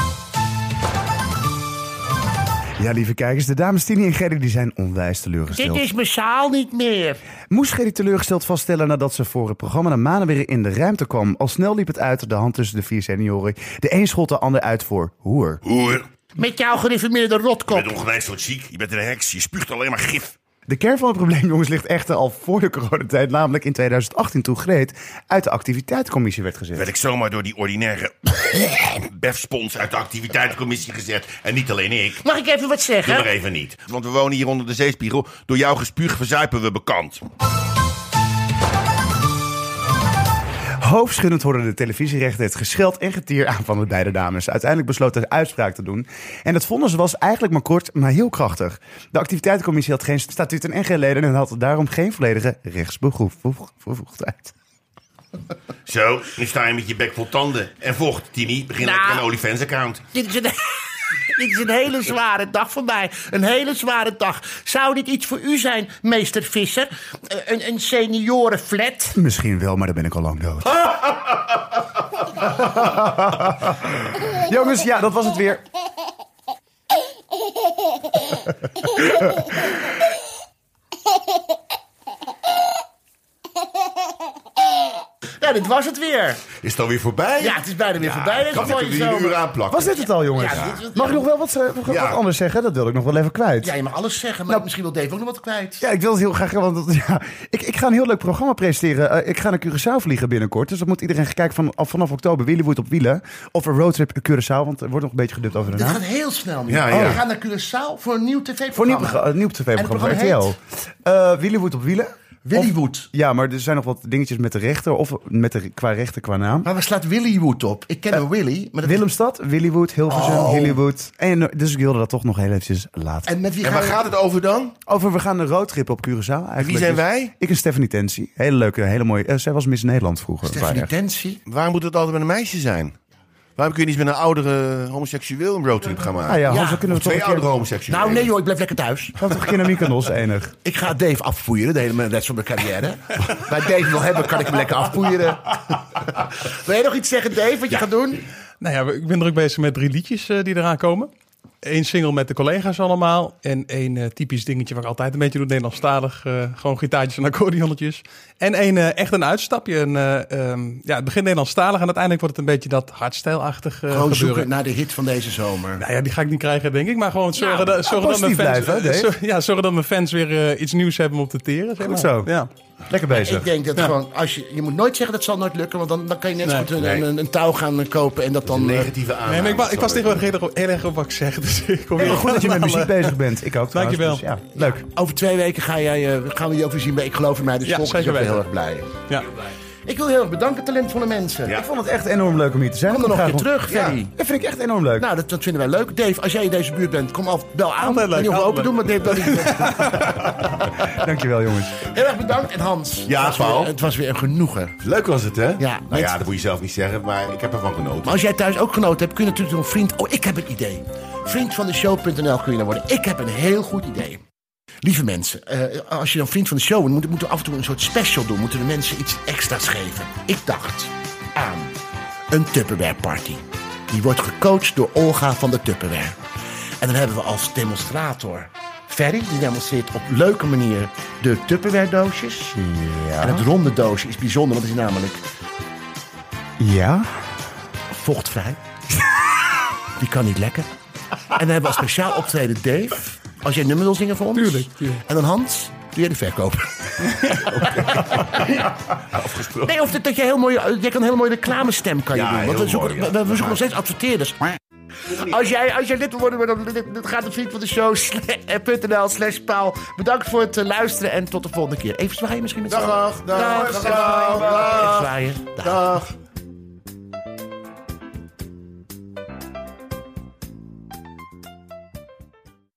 Ja, lieve kijkers, de dames Tini en Gerry die zijn onwijs teleurgesteld. Dit is mijn zaal niet meer. Moest Gerry teleurgesteld vaststellen nadat ze voor het programma de maanden weer in de ruimte kwam. Al snel liep het uit de hand tussen de 4 senioren. De een schold de ander uit voor hoer. Hoer. Met jouw gereformeerde rotkop. Je bent ongeneeslijk ziek. Je bent een heks. Je spuugt alleen maar gif. De kern van het probleem, jongens, ligt echter al voor de coronatijd. Namelijk in 2018 toen Greet uit de activiteitencommissie werd gezet. Werd ik zomaar door die ordinaire befspons uit de activiteitencommissie gezet. En niet alleen ik. Mag ik even wat zeggen? Doe maar even niet. Want we wonen hier onder de zeespiegel. Door jouw gespuug verzuipen we bekend. Hoofdschuddend hoorde de televisierechter het gescheld en getier aan van de beide dames. Uiteindelijk besloot de uitspraak te doen. En het vonnis was eigenlijk maar kort, maar heel krachtig. De activiteitencommissie had geen statuten en geen leden en had daarom geen volledige rechtsbevoegdheid. Zo, nu sta je met je bek vol tanden. En vocht, Tini. Begin lekker een OnlyFans-account. Dit is een hele zware dag voor mij. Een hele zware dag. Zou dit iets voor u zijn, meester Visser? Een seniorenflat? Misschien wel, maar dan ben ik al lang dood. Jongens, ja, dat was het weer. Ja, dit was het weer. Is het alweer voorbij? Ja, het is bijna weer voorbij. Deze Kan ik mooie er weer een zomer. uur aanplakken? Was dit het al, jongens? Ja, Mag ik nog wel wat anders zeggen? Dat wil ik nog wel even kwijt. Ja, je mag alles zeggen, maar misschien wil Dave ook nog wat kwijt. Ja, ik wil het heel graag, want ik ga een heel leuk programma presenteren. Ik ga naar Curaçao vliegen binnenkort. Dus dat moet iedereen gaan kijken vanaf oktober. Willywood op wielen. Of een roadtrip Curaçao, want er wordt nog een beetje gedubt over de Dit naam. gaat heel snel nu. Ja, ja. We gaan naar Curaçao voor een nieuw tv-programma. Voor een nieuw tv-programma En van het RTL. Willywood op wielen. Willywood. Ja, maar er zijn nog wat dingetjes met de rechter. Of qua rechter, qua naam. Maar waar slaat Willywood op? Ik ken een Willy. Maar dat... Willemstad, Willywood, Hilversum, Hollywood. En dus ik wilde dat toch nog heel eventjes laten. En met wie En waar gaat het over dan? We gaan een roadtrip op Curaçao. Eigenlijk. Wie zijn Dus wij? Ik en Stephanie Tensi. Hele leuke, hele mooie. Zij was Miss Nederland vroeger. Stephanie Tensi? Waarom moet het altijd met een meisje zijn? Waarom kun je niet met een oudere homoseksueel een roadtrip gaan maken? Ah ja, Hans, we kunnen Of toch 2 een keer- oudere homoseksuelen. Nou, nee joh, ik blijf lekker thuis. Gaan we toch een keer naar Mykonos, enig. Ik ga Dave afpoeieren, de hele rest van mijn carrière. Waar Dave wil hebben, kan ik hem lekker afpoeieren. Wil je nog iets zeggen, Dave, wat je gaat doen? Nou ja, ik ben druk bezig met 3 liedjes die eraan komen. 1 single met de collega's allemaal. En 1 typisch dingetje wat ik altijd een beetje doe, Nederlandstalig. Gewoon gitaartjes en accordeonnetjes. En 1 echt een uitstapje. Het begint Nederlandstalig en uiteindelijk wordt het een beetje dat hardstyle-achtig Gewoon gebeuren. zoeken naar de hit van deze zomer. Nou ja, die ga ik niet krijgen, denk ik. Maar gewoon zorgen dat positief mijn fans... blijven, hè, Dave? zorgen dat mijn fans weer iets nieuws hebben om op te teren. Zeg maar. Goed zo. Ja. Lekker bezig. Ik denk dat gewoon, je moet nooit zeggen dat zal nooit lukken, want dan kan je net zo goed een touw gaan kopen en dat dan... negatieve aan. Nee, maar ik was tegenwoordig heel erg op wat ik zeg. Dus ik kom weer Goed dat je met muziek bezig bent. Ik ook. trouwens. Dankjewel. Dus, leuk. Over 2 weken gaan we je ook weer zien bij Ik Geloof in Mij. Dus Ja, volgend zeker jaar weten. heel erg blij. Ja. Ik wil heel erg bedanken, talentvolle mensen. Ik vond het echt enorm leuk om hier te zijn. Kom er nog een keer terug, Ferry. Ja, dat vind ik echt enorm leuk. Nou, dat vinden wij leuk. Dave, als jij in deze buurt bent, kom af, bel aan. Altijd leuk. Ik weet niet of we open doen, maar Dave, dat niet. Dankjewel, jongens. Heel erg bedankt. En Hans, het was weer een genoegen. Leuk was het, hè? Ja, nou ja, dat moet je zelf niet zeggen, maar ik heb ervan genoten. Maar als jij thuis ook genoten hebt, kun je natuurlijk een vriend... Oh, ik heb een idee. Vriendvandeshow.nl kun je dan worden. Ik heb een heel goed idee. Lieve mensen, als je dan vriend van de show wordt, moeten we af en toe een soort special doen. Moeten de mensen iets extra's geven. Ik dacht aan een Tupperware party. Die wordt gecoacht door Olga van de Tupperware. En dan hebben we als demonstrator Ferry. Die demonstreert op leuke manier de Tupperware doosjes. Ja. En het ronde doosje is bijzonder, want het is namelijk... Ja? Vochtvrij. Die kan niet lekken. En dan hebben we als speciaal optreden Dave. Als jij nummer wil zingen voor ons. Tuurlijk. En dan Hans, doe jij de verkoop. Afgesproken. Nee, of dat jij heel mooi... Jij kan een hele mooie reclamestem kan je doen. Want we zoeken nog steeds adverteerders. Als jij lid wil worden, dan gaat de vriend van de show.nl/Paul. Bedankt voor het luisteren en tot de volgende keer. Even zwaaien misschien met z'n allen. Dag. Even zwaaien. Dag.